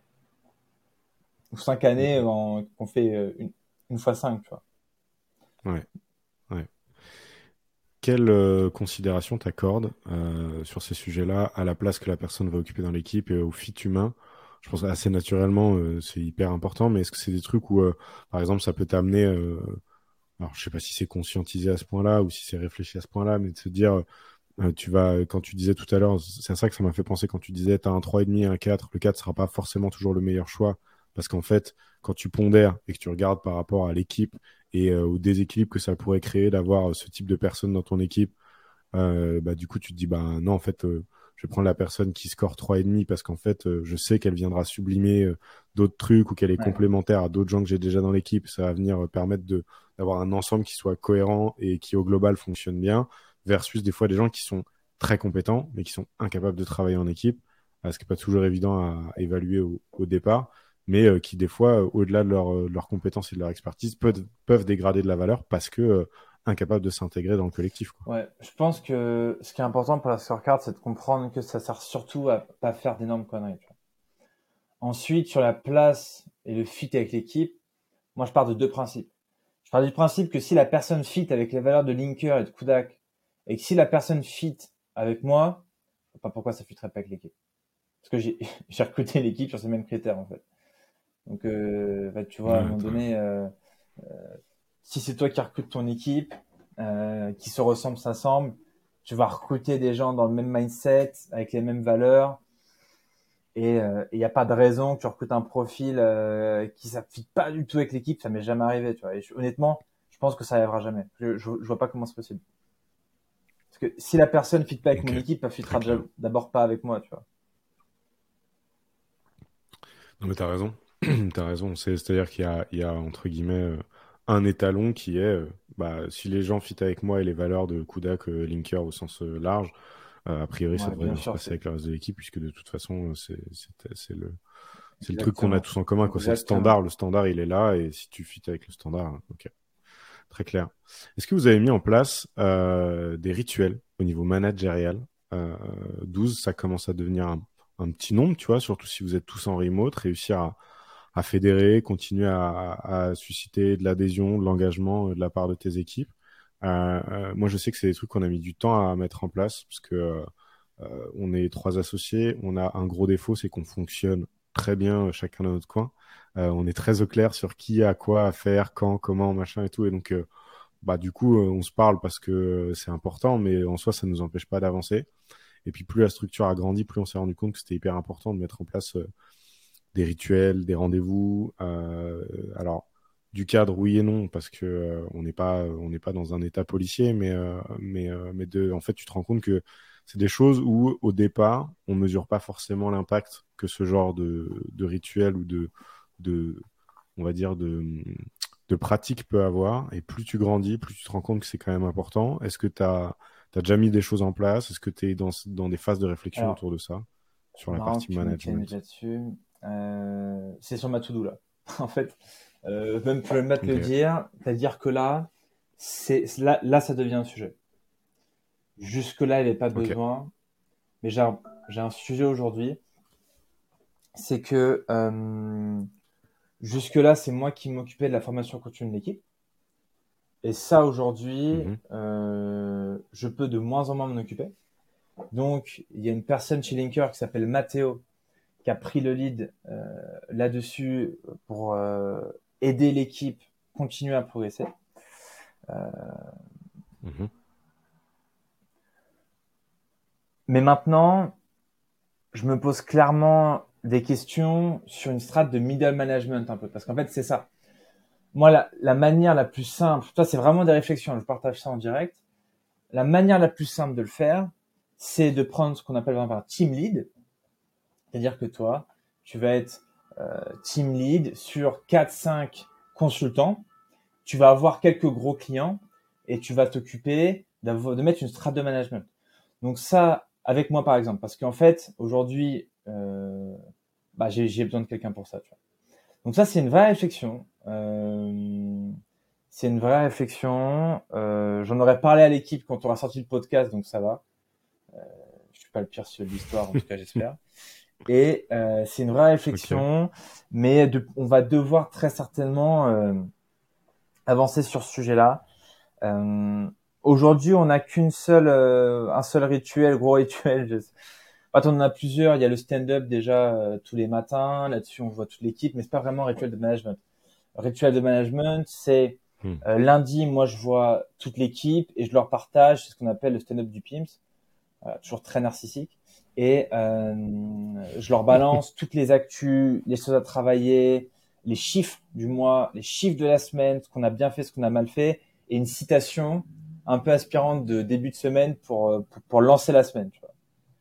ou 5 années Hmm. qu'on fait une fois 5, tu vois. Ouais, ouais. Quelle considération t'accordes sur ces sujets-là à la place que la personne va occuper dans l'équipe et au fit humain? Je pense assez naturellement, c'est hyper important, mais est-ce que c'est des trucs où, par exemple, ça peut t'amener alors, je sais pas si c'est conscientisé à ce point-là ou si c'est réfléchi à ce point-là, mais de se dire, quand tu disais tout à l'heure, c'est à ça que ça m'a fait penser quand tu disais, tu as un 3,5 un 4 le 4 sera pas forcément toujours le meilleur choix. Parce qu'en fait, quand tu pondères et que tu regardes par rapport à l'équipe et au déséquilibre que ça pourrait créer d'avoir ce type de personne dans ton équipe, bah, du coup, tu te dis, bah non, en fait, je vais prendre la personne qui score 3,5 parce qu'en fait, je sais qu'elle viendra sublimer d'autres trucs ou qu'elle est Ouais. complémentaire à d'autres gens que j'ai déjà dans l'équipe. Ça va venir permettre d'avoir un ensemble qui soit cohérent et qui, au global, fonctionne bien, versus des fois des gens qui sont très compétents, mais qui sont incapables de travailler en équipe, ce qui n'est pas toujours évident à évaluer au départ, mais qui, des fois, au-delà de leurs compétences et de leur expertise, peuvent dégrader de la valeur parce que incapables de s'intégrer dans le collectif, quoi. Ouais, je pense que ce qui est important pour la scorecard, c'est de comprendre que ça sert surtout à pas faire d'énormes conneries, tu vois. Ensuite, sur la place et le fit avec l'équipe, moi je pars de deux principes. Je pars du principe que si la personne fit avec les valeurs de Linker et de Kudak, et que si la personne fit avec moi, je sais pas pourquoi ça fitterait pas avec l'équipe. Parce que j'ai j'ai recruté l'équipe sur ces mêmes critères en fait. Donc bah, tu vois, à un Ouais, moment t'as raison. donné, si c'est toi qui recrutes ton équipe, qui se ressemble, s'assemble, tu vas recruter des gens dans le même mindset, avec les mêmes valeurs, et il n'y a pas de raison que tu recrutes un profil qui ne fit pas du tout avec l'équipe, ça m'est jamais arrivé, tu vois. Et honnêtement, je pense que ça arrivera jamais. Je vois pas comment c'est possible. Parce que si la personne ne fit pas avec Ok, mon équipe, elle très fitera clair. d'abord pas avec moi, tu vois. Non, mais t'as raison. T'as raison. C'est-à-dire qu'il y a, entre guillemets, un étalon qui est, bah, si les gens fit avec moi et les valeurs de Kudak, Linker au sens large, a priori, ça Ouais, devrait bien bien se sûr, passer c'est avec le reste de l'équipe, puisque de toute façon, c'est le truc qu'on a exactement. tous en commun, quoi. C'est le Exactement. standard. Le standard, il est là, et si tu fit avec le standard, hein, ok, très clair. Est-ce que vous avez mis en place des rituels au niveau managérial? 12, ça commence à devenir un petit nombre, tu vois, surtout si vous êtes tous en remote, réussir à fédérer, continuer à susciter de l'adhésion, de l'engagement de la part de tes équipes. Moi, je sais que c'est des trucs qu'on a mis du temps à mettre en place parce que on est trois associés. On a un gros défaut, c'est qu'on fonctionne très bien chacun dans notre coin. On est très au clair sur qui a quoi à faire, quand, comment, machin et tout. Et donc, bah, du coup, on se parle parce que c'est important, mais en soi, ça ne nous empêche pas d'avancer. Et puis, plus la structure a grandi, plus on s'est rendu compte que c'était hyper important de mettre en place des rituels, des rendez-vous. Alors, du cadre, oui et non, parce que on n'est pas dans un état policier, en fait, tu te rends compte que c'est des choses où, au départ, on mesure pas forcément l'impact que ce genre de rituel ou de, on va dire, de pratique peut avoir. Et plus tu grandis, plus tu te rends compte que c'est quand même important. Est-ce que tu as déjà mis des choses en place? Est-ce que tu es dans des phases de réflexion Alors, autour de ça, sur la marrant que partie tu me challenges management? là-dessus. C'est sur ma to-do là. En fait, même pour le te le Ok, dire, c'est-à-dire que là, là, ça devient un sujet. Jusque-là, il n'y avait pas ok. besoin, mais j'ai un sujet aujourd'hui. c'est que jusque-là, c'est moi qui m'occupais de la formation continue de l'équipe. Et ça, aujourd'hui, Mhm. je peux de moins en moins m'en occuper. Donc, il y a une personne chez Linker qui s'appelle Matteo, qui a pris le lead là-dessus pour aider l'équipe continuer à progresser. Mhm. Mais maintenant, je me pose clairement des questions sur une strate de middle management un peu, parce qu'en fait, c'est ça. Moi, la manière la plus simple, ça c'est vraiment des réflexions, je partage ça en direct. La manière la plus simple de le faire, c'est de prendre ce qu'on appelle un team lead, c'est-à-dire que toi, tu vas être team lead sur 4-5 consultants, tu vas avoir quelques gros clients et tu vas t'occuper de mettre une strate de management. Donc ça, avec moi par exemple, parce qu'en fait, aujourd'hui, j'ai besoin de quelqu'un pour ça. Tu vois. Donc ça, c'est une vraie réflexion. C'est une vraie réflexion. J'en aurais parlé à l'équipe quand on aura sorti le podcast, donc ça va. Je suis pas le pire sur l'histoire, en tout cas, j'espère. Et c'est une vraie Ok. réflexion, mais on va devoir très certainement avancer sur ce sujet-là. Aujourd'hui, on n'a un seul rituel, gros rituel. On en a plusieurs. Il y a le stand-up déjà tous les matins. Là-dessus, on voit toute l'équipe, mais c'est pas vraiment un rituel de management. Rituel de management, c'est Mhm. lundi, moi, je vois toute l'équipe et je leur partage. C'est ce qu'on appelle le stand-up du PIMS, toujours très narcissique. Et je leur balance toutes les actus, les choses à travailler, les chiffres du mois, les chiffres de la semaine, ce qu'on a bien fait, ce qu'on a mal fait, et une citation un peu aspirante de début de semaine pour lancer la semaine. Tu vois.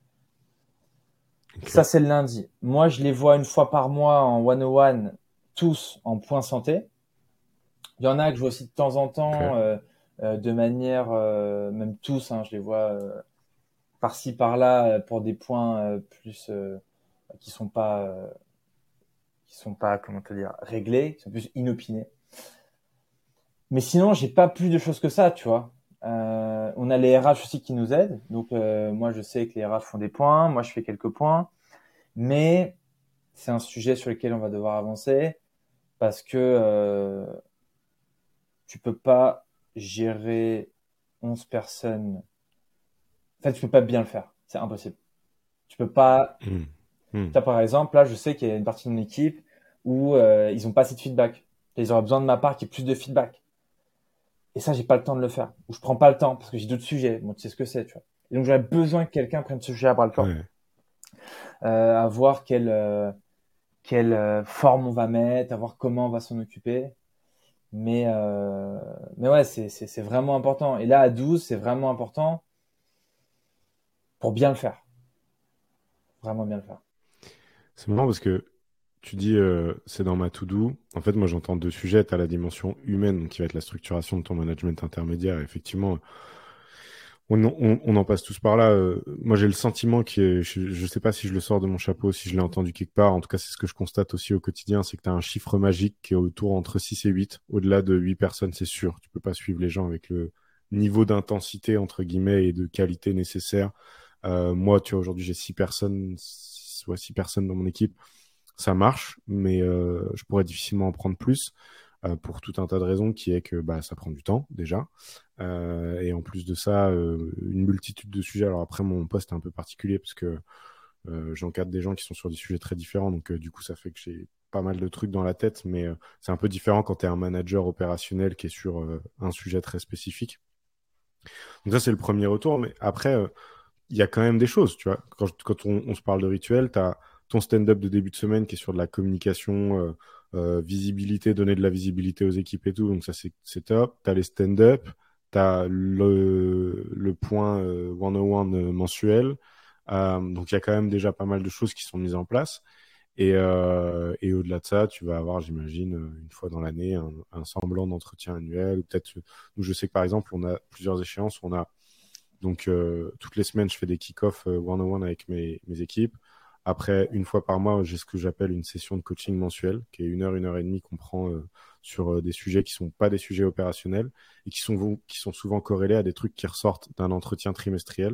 Ça, Ok. c'est le lundi. Moi, je les vois une fois par mois en one-on-one, tous en point santé. Il y en a que je vois aussi de temps en temps, Ok. de manière, même tous, hein, je les vois par-ci par-là pour des points plus qui sont pas, comment te dire, réglés, qui sont plus inopinés. Mais sinon, j'ai pas plus de choses que ça, tu vois. On a les RH aussi qui nous aident. Donc, moi, je sais que les RH font des points. Moi, je fais quelques points. Mais c'est un sujet sur lequel on va devoir avancer parce que tu peux pas gérer 11 personnes. En fait, tu peux pas bien le faire. C'est impossible. Tu peux pas. Mhm. Mhm. Ça, par exemple, là, je sais qu'il y a une partie de mon équipe où ils ont pas assez de feedback. Ils auraient besoin de ma part qu'il y ait plus de feedback. Et ça, j'ai pas le temps de le faire. Ou je prends pas le temps parce que j'ai d'autres sujets. Bon, tu sais ce que c'est, tu vois. Et donc, j'aurais besoin que quelqu'un prenne ce sujet à bras le corps, Ouais. à voir quelle forme on va mettre, à voir comment on va s'en occuper. Mais ouais, c'est vraiment important. Et là, à 12, c'est vraiment important pour bien le faire. Vraiment bien le faire. C'est marrant parce que tu dis c'est dans ma to-do. En fait, moi j'entends deux sujets. Tu as la dimension humaine, donc qui va être la structuration de ton management intermédiaire. Effectivement, on en passe tous par là. Moi j'ai le sentiment je sais pas si je le sors de mon chapeau, si je l'ai entendu quelque part. En tout cas, c'est ce que je constate aussi au quotidien, c'est que tu as un chiffre magique qui est autour entre 6 et 8. Au-delà de 8 personnes, c'est sûr. Tu peux pas suivre les gens avec le niveau d'intensité, entre guillemets, et de qualité nécessaire. Moi, tu vois, aujourd'hui j'ai 6 personnes, 6 personnes dans mon équipe. Ça marche, mais je pourrais difficilement en prendre plus pour tout un tas de raisons, qui est que bah, ça prend du temps déjà. Et en plus de ça, une multitude de sujets. Alors après, mon poste est un peu particulier parce que j'encadre des gens qui sont sur des sujets très différents. Donc du coup, ça fait que j'ai pas mal de trucs dans la tête, mais c'est un peu différent quand tu es un manager opérationnel qui est sur un sujet très spécifique. Donc ça, c'est le premier retour. Mais après, il y a quand même des choses, tu vois. Quand on se parle de rituel, tu as ton stand-up de début de semaine qui est sur de la communication, visibilité, donner de la visibilité aux équipes et tout. Donc ça, c'est top. Tu as les stand-up, tu as le point one-on-one mensuel. Donc il y a quand même déjà pas mal de choses qui sont mises en place. Et au-delà de ça, tu vas avoir, j'imagine, une fois dans l'année, un semblant d'entretien annuel. Ou peut-être, nous, je sais que par exemple, on a plusieurs échéances. On a donc, toutes les semaines, je fais des kick-off one-on-one avec mes équipes. Après, une fois par mois, j'ai ce que j'appelle une session de coaching mensuelle, qui est une heure et demie qu'on prend sur des sujets qui sont pas des sujets opérationnels et qui sont souvent corrélés à des trucs qui ressortent d'un entretien trimestriel.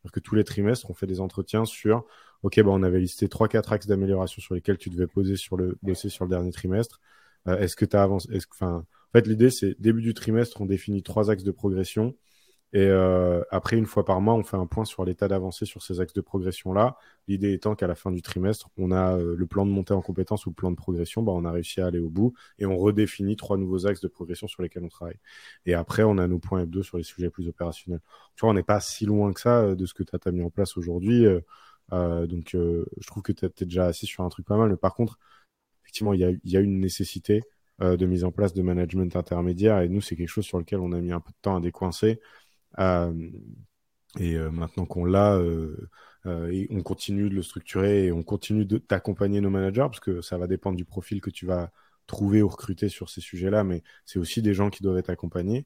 C'est-à-dire que tous les trimestres, on fait des entretiens sur, OK, bah, on avait listé 3-4 axes d'amélioration sur lesquels tu devais bosser sur le dernier trimestre. Est-ce que tu as avancé? En fait, l'idée, c'est début du trimestre, on définit 3 axes de progression. Et après, une fois par mois, on fait un point sur l'état d'avancée sur ces axes de progression-là. L'idée étant qu'à la fin du trimestre, on a le plan de montée en compétences ou le plan de progression. Bah, on a réussi à aller au bout et on redéfinit 3 nouveaux axes de progression sur lesquels on travaille. Et après, on a nos points hebdo sur les sujets plus opérationnels. Tu vois, on n'est pas si loin que ça de ce que tu as mis en place aujourd'hui. Donc, je trouve que tu es déjà assis sur un truc pas mal. Mais par contre, effectivement, il y a une nécessité de mise en place de management intermédiaire. Et nous, c'est quelque chose sur lequel on a mis un peu de temps à décoincer. Euh, et maintenant qu'on l'a, et on continue de le structurer et on continue d'accompagner nos managers parce que ça va dépendre du profil que tu vas trouver ou recruter sur ces sujets-là, mais c'est aussi des gens qui doivent être accompagnés.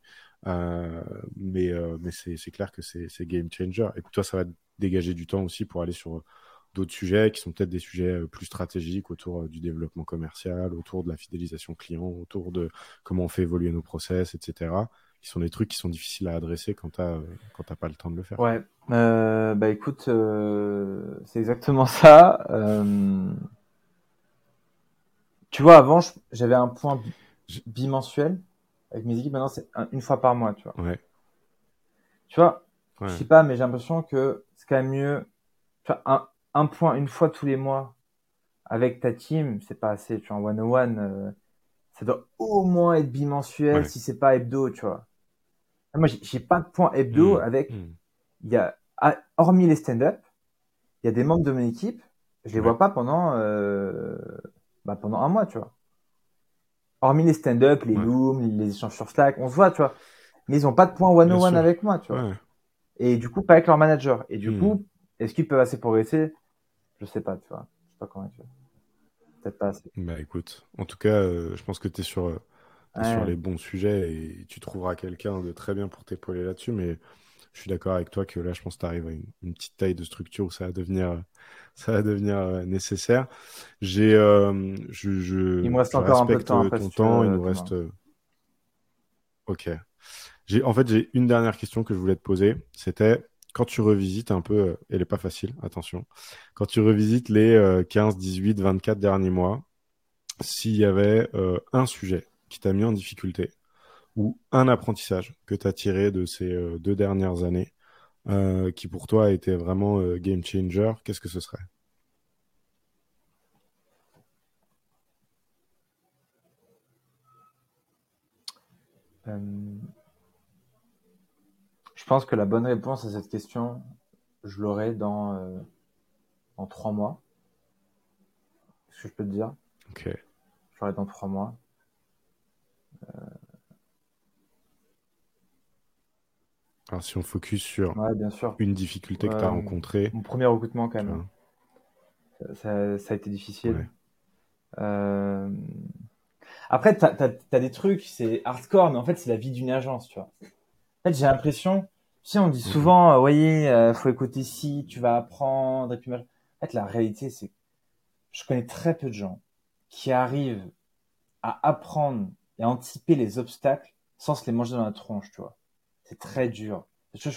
Mais c'est clair que c'est game changer. Et puis toi, ça va te dégager du temps aussi pour aller sur d'autres sujets qui sont peut-être des sujets plus stratégiques autour du développement commercial, autour de la fidélisation client, autour de comment on fait évoluer nos process, etc. Qui sont des trucs qui sont difficiles à adresser quand t'as pas le temps de le faire. Ouais. Bah écoute, c'est exactement ça. Tu vois, avant, j'avais un point J- bimensuel avec mes équipes. Maintenant, c'est une fois par mois, tu vois. Ouais, Tu vois, je ouais, sais pas, mais j'ai l'impression que c'est quand même mieux. Tu vois, un point une fois tous les mois avec ta team, c'est pas assez. Tu vois, en one-on-one, ça doit au moins être bimensuel, ouais. si c'est pas hebdo, tu vois. Moi, j'ai pas de point hebdo Hmm, avec. hmm. Il y a, hormis les stand-up, il y a des membres de mon équipe, je les Ouais, vois pas pendant un mois, tu vois. Hormis les stand-up, les ouais, looms, les échanges sur Slack, on se voit, tu vois. Mais ils ont pas de point bien one-on-one sûr. avec moi, tu vois. Ouais. Et du coup, pas avec leur manager. Et du Hmm. coup, est-ce qu'ils peuvent assez progresser? Je sais pas, tu vois. Je sais pas comment tu vois. Peut-être pas assez. Bah écoute, en tout cas, je pense que t'es sur Ouais, les bons sujets et tu trouveras quelqu'un de très bien pour t'épauler là-dessus. Mais je suis d'accord avec toi que là, je pense que tu arrives à une petite taille de structure où ça va devenir nécessaire. il me reste Je encore un peu de respecte temps après, ton si tu temps. Il veux, nous Thomas. reste. Ok. En fait, j'ai une dernière question que je voulais te poser. C'était quand tu revisites un peu, elle est pas facile, attention. Quand tu revisites les 15, 18, 24 derniers mois, s'il y avait un sujet qui t'a mis en difficulté ou un apprentissage que tu as tiré de ces 2 dernières années qui pour toi a été vraiment game changer, qu'est-ce que ce serait? Euh, je pense que la bonne réponse à cette question, je l'aurai dans 3 mois. Ce que je peux te dire, Ok. je l'aurai dans 3 mois. Alors si on focus sur Ouais, bien sûr. une difficulté que tu as Mon, rencontrée, mon premier recrutement, quand tu même, hein. vois, Ça a été difficile. ouais. Euh, Après, t'as des trucs, c'est hardcore, mais en fait, c'est la vie d'une agence, tu vois. En fait, j'ai l'impression, tu sais, on dit Mhm. souvent, oui, faut écouter ci, tu vas apprendre, et puis machin. En fait, la réalité, c'est que je connais très peu de gens qui arrivent à apprendre et à anticiper les obstacles sans se les manger dans la tronche, tu vois. C'est très dur. Tu vois,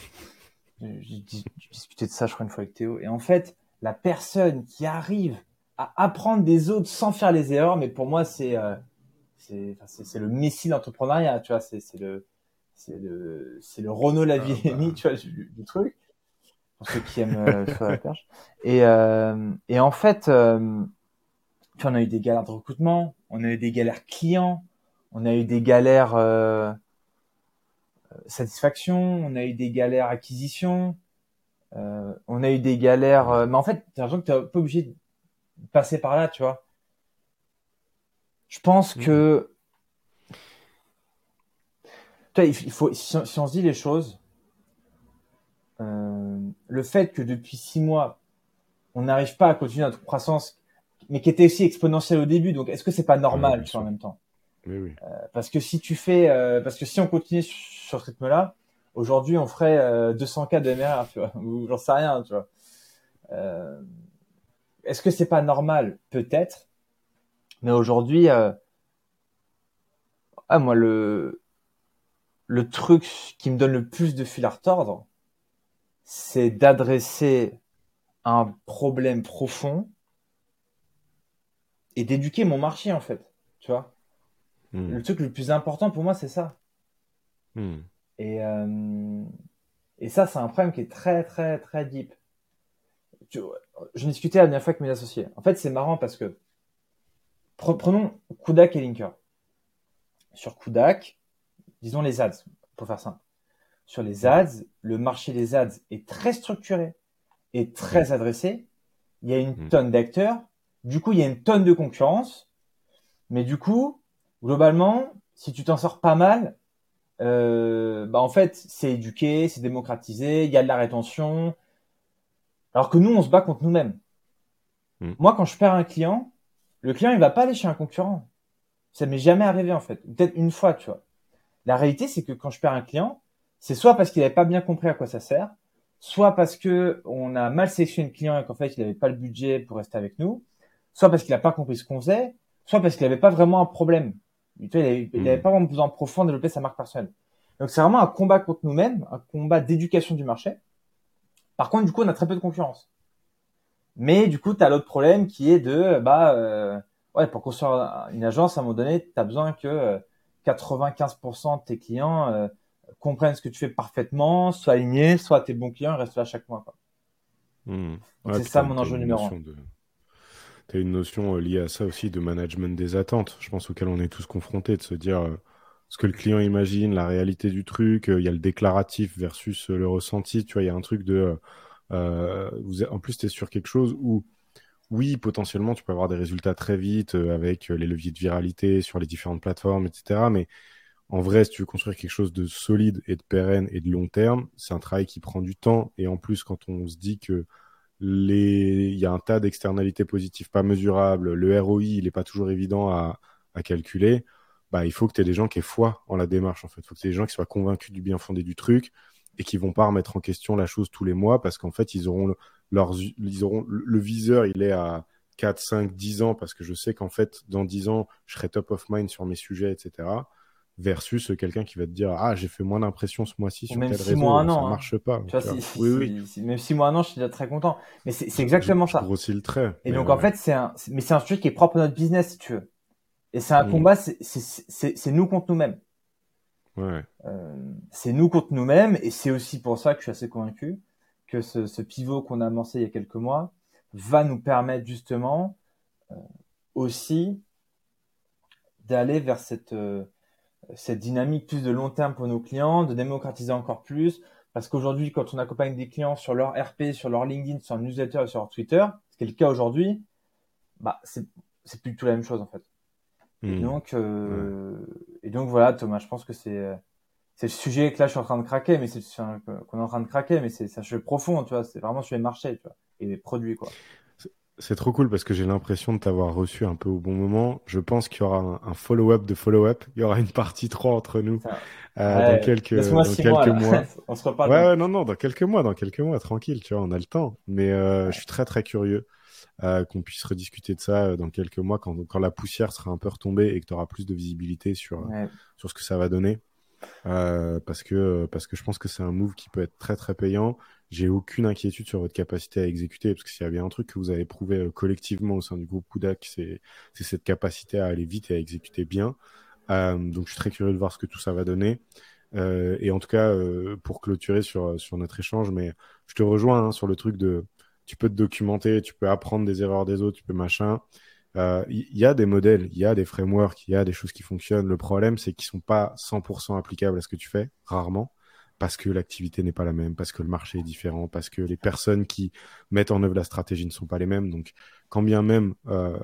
j'ai discuté de ça, je crois, une fois avec Théo. Et en fait, la personne qui arrive à apprendre des autres sans faire les erreurs, mais pour moi, c'est le messie de l'entrepreneuriat, tu vois. C'est le Renaud Ah Lavieni, bah, tu vois, du truc, pour ceux qui aiment sur la perche. Et en fait, tu vois, on a eu des galères de recrutement, on a eu des galères clients, on a eu des galères satisfaction, on a eu des galères acquisition, on a eu des galères. ouais. Mais en fait, j'ai l'impression que t'es pas obligé de passer par là, tu vois. Je pense Mhm. que, tu vois, il faut, si on se dit les choses, le fait que depuis 6 mois, on n'arrive pas à continuer notre croissance, mais qui était aussi exponentielle au début, donc est-ce que c'est pas Ouais, normal, bien tu vois, en sûr. même temps? Oui, oui. Parce que si on continue sur ce rythme-là, aujourd'hui, on ferait 200 cas de MRR, tu vois, ou j'en sais rien, tu vois. Euh, Est-ce que c'est pas normal? Peut-être, mais aujourd'hui, moi, le truc qui me donne le plus de fil à retordre, c'est d'adresser un problème profond et d'éduquer mon marché, en fait. Tu vois? Hmm. Le truc le plus important pour moi, c'est ça. Hmm. Et, euh, et ça, c'est un problème qui est très, très, très deep. Tu- Je discutais la dernière fois avec mes associés. En fait, c'est marrant parce que prenons Kudak et Linker. Sur Kudak, disons les ads, pour faire simple. Sur les Ok. ads, le marché des ads est très structuré et Ouais. très adressé. Il y a une Hmm. tonne d'acteurs. Du coup, il y a une tonne de concurrence. Mais du coup, globalement, si tu t'en sors pas mal, bah en fait, c'est éduqué, c'est démocratisé, il y a de la rétention. Alors que nous, on se bat contre nous-mêmes. Hmm. Moi, quand je perds un client, le client, il va pas aller chez un concurrent. Ça m'est jamais arrivé, en fait. Peut-être une fois, tu vois. La réalité, c'est que quand je perds un client, c'est soit parce qu'il n'avait pas bien compris à quoi ça sert, soit parce que on a mal sélectionné le client et qu'en fait, il n'avait pas le budget pour rester avec nous, soit parce qu'il n'a pas compris ce qu'on faisait, soit parce qu'il n'avait pas vraiment un problème. Tu vois, il avait Hmm. pas vraiment besoin de profond de développer sa marque personnelle. Donc, c'est vraiment un combat contre nous-mêmes, un combat d'éducation du marché. Par contre, du coup, on a très peu de concurrence. Mais du coup, tu as l'autre problème qui est ouais, pour construire une agence, à un moment donné, tu as besoin que 95% de tes clients comprennent ce que tu fais parfaitement, soient alignés, soit tes bons clients, ils restent là chaque mois, quoi. Hmm. Donc Ouais, c'est puis ça mon enjeu numéro un. t'as une notion liée à ça aussi de management des attentes, je pense, auquel on est tous confrontés, de se dire ce que le client imagine, la réalité du truc, il y a le déclaratif versus le ressenti, tu vois, il y a un truc de... en plus, tu es sur quelque chose où, oui, potentiellement, tu peux avoir des résultats très vite avec les leviers de viralité sur les différentes plateformes, etc. Mais en vrai, si tu veux construire quelque chose de solide et de pérenne et de long terme, c'est un travail qui prend du temps. Et en plus, quand on se dit que il y a un tas d'externalités positives pas mesurables, le ROI, il n'est pas toujours évident à calculer, bah, il faut que tu aies des gens qui aient foi en la démarche, en fait. Il faut que tu aies des gens qui soient convaincus du bien fondé du truc et qui vont pas remettre en question la chose tous les mois parce qu'en fait, ils auront le viseur, il est à 4, 5, 10 ans parce que je sais qu'en fait, dans 10 ans, je serai top of mind sur mes sujets, etc. Versus quelqu'un qui va te dire, ah, j'ai fait moins d'impressions ce mois-ci Ou sur même tel 6 mois, un réseau, ça an, hein. marche pas, Tu vois, tu vois. Oui, oui, même 6 mois, un an, je suis déjà très content. Mais c'est exactement je ça. grossis le trait, Et mais donc en ouais. fait, mais c'est un sujet qui est propre à notre business, si tu veux. Et c'est un Hmm. combat, c'est nous contre nous-mêmes. Ouais. C'est nous contre nous-mêmes, et c'est aussi pour ça que je suis assez convaincu que ce pivot qu'on a amorcé il y a quelques mois va nous permettre justement aussi d'aller vers cette dynamique plus de long terme pour nos clients, de démocratiser encore plus, parce qu'aujourd'hui, quand on accompagne des clients sur leur RP, sur leur LinkedIn, sur leur newsletter et sur leur Twitter, ce qui est le cas aujourd'hui, bah c'est plus du tout la même chose en fait. Et Hmm. donc, Ouais. voilà, Thomas, je pense que c'est le sujet que là je suis en train de craquer, mais qu'on est en train de craquer, mais c'est un sujet profond, tu vois, c'est vraiment sur les marchés, tu vois, et les produits, quoi. C'est trop cool parce que j'ai l'impression de t'avoir reçu un peu au bon moment. Je pense qu'il y aura un follow-up de follow-up. Il y aura une partie 3 entre nous Ça, ouais, laisse-moi dans 6 mois quelques là, mois. on se reparle Ouais, dans. ouais, non, non, dans quelques mois, tranquille, tu vois, on a le temps. Mais je suis très, très curieux qu'on puisse rediscuter de ça dans quelques mois quand la poussière sera un peu retombée et que tu auras plus de visibilité Ouais. sur ce que ça va donner. Parce que je pense que c'est un move qui peut être très très payant. J'ai aucune inquiétude sur votre capacité à exécuter, parce que s'il y a bien un truc que vous avez prouvé collectivement au sein du groupe Kudak, c'est cette capacité à aller vite et à exécuter bien. Donc je suis très curieux de voir ce que tout ça va donner. Et en tout cas, pour clôturer sur notre échange, mais je te rejoins hein, sur le truc de tu peux te documenter, tu peux apprendre des erreurs des autres, tu peux machin. Il y a des modèles, il y a des frameworks, il y a des choses qui fonctionnent. Le problème, c'est qu'ils sont pas 100% applicables à ce que tu fais, rarement, parce que l'activité n'est pas la même, parce que le marché est différent, parce que les personnes qui mettent en œuvre la stratégie ne sont pas les mêmes. Donc, quand bien même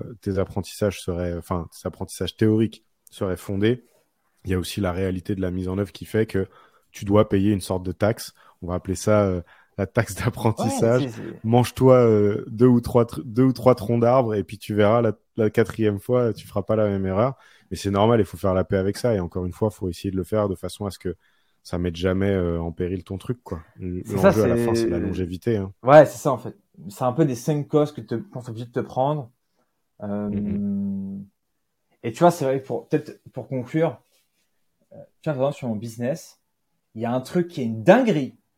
tes apprentissages théoriques seraient fondés, il y a aussi la réalité de la mise en œuvre qui fait que tu dois payer une sorte de taxe. On va appeler ça la taxe Ouais, d'apprentissage. Mange-toi deux ou trois troncs d'arbres et puis tu verras la quatrième fois, tu feras pas la même erreur. Mais c'est normal, il faut faire la paix avec ça. Et encore une fois, il faut essayer de le faire de façon à ce que ça mette jamais en péril ton truc, quoi. c'est ça, L'enjeu à la fin, c'est la longévité, hein. ouais, c'est ça en fait. C'est un peu des 5 costs qu'on est obligé de te prendre. Mm, mm. Euh, et tu vois, c'est vrai que peut-être pour conclure, tu vois, par exemple, sur mon business, il y a un truc qui est une dinguerie.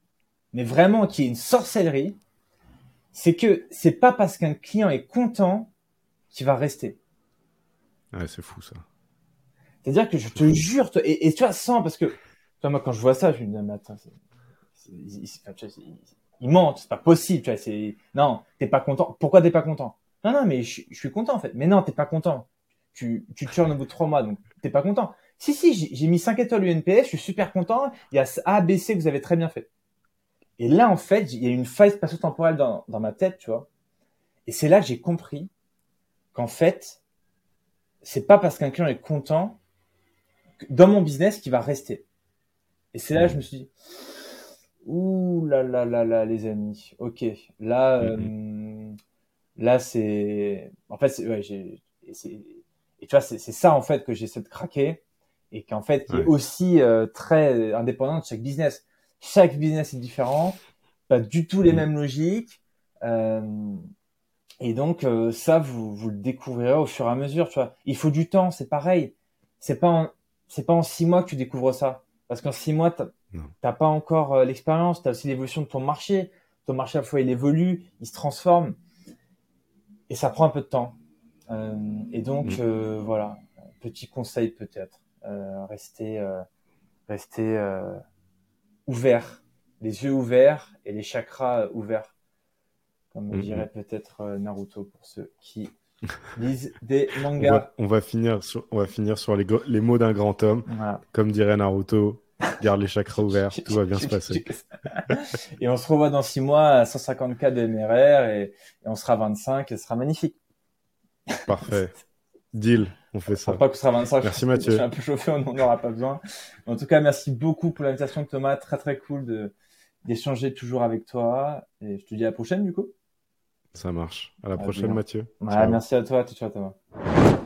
mais vraiment qui est une sorcellerie, c'est que c'est pas parce qu'un client est content qu'il va rester. Ouais, c'est fou ça. C'est-à-dire que je C'est te fou. jure, et tu vois, sans, parce que, tu vois, moi, quand je vois ça, je me dis, mais attends, enfin, tu vois, ils mentent, c'est pas possible, tu vois, non, t'es pas content. Pourquoi t'es pas content? Non, non, mais je suis content, en fait. Mais non, t'es pas content. Tu te churnes au bout de 3 mois, donc t'es pas content. Si, si, j'ai mis 5 étoiles UNPS, je suis super content. Il y a A, B, C que vous avez très bien fait. Et là, en fait, il y a une faille spatio-temporelle dans ma tête, tu vois. Et c'est là que j'ai compris qu'en fait, c'est pas parce qu'un client est content dans mon business qu'il va rester. Et c'est là que je me Mm. suis dit, ouh là là là là, les amis. Ok, là, Mm, mm. là c'est, en fait, ouais, et tu vois, c'est ça en fait que j'essaie de craquer et qu'en fait qui est Ouais. aussi très indépendant de chaque business. Chaque business est différent, pas du tout les Mm. mêmes logiques. Euh, et donc ça, vous le découvrirez au fur et à mesure. Tu vois, il faut du temps, c'est pareil. C'est pas en, c'est pas en 6 mois que tu découvres ça, parce qu'en 6 mois, Non. t'as pas encore l'expérience. T'as aussi l'évolution de ton marché. Ton marché à la fois il évolue, il se transforme, et ça prend un peu de temps. Euh, et donc Mm. voilà, petit conseil peut-être, rester ouvert, les yeux ouverts et les chakras ouverts, comme Mm, dirait mm. peut-être Naruto pour ceux qui lisent des On va, mangas. on va finir sur les mots d'un grand homme. Voilà. Comme dirait Naruto, garde les chakras ouverts, tout va bien se passer. Et on se revoit dans 6 mois à 150K de MRR et on sera 25 et ce sera magnifique. Parfait. Deal, on fait Enfin, ça. pas qu'on sera 25, Merci je suis Mathieu. un peu chauffé, on n'en aura pas besoin. En tout cas, merci beaucoup pour l'invitation Thomas, très très cool d'échanger toujours avec toi. Et je te dis à la prochaine du coup. Ça marche. À la À prochaine bien. Mathieu. Ouais, Ciao. merci à toi, ciao Thomas.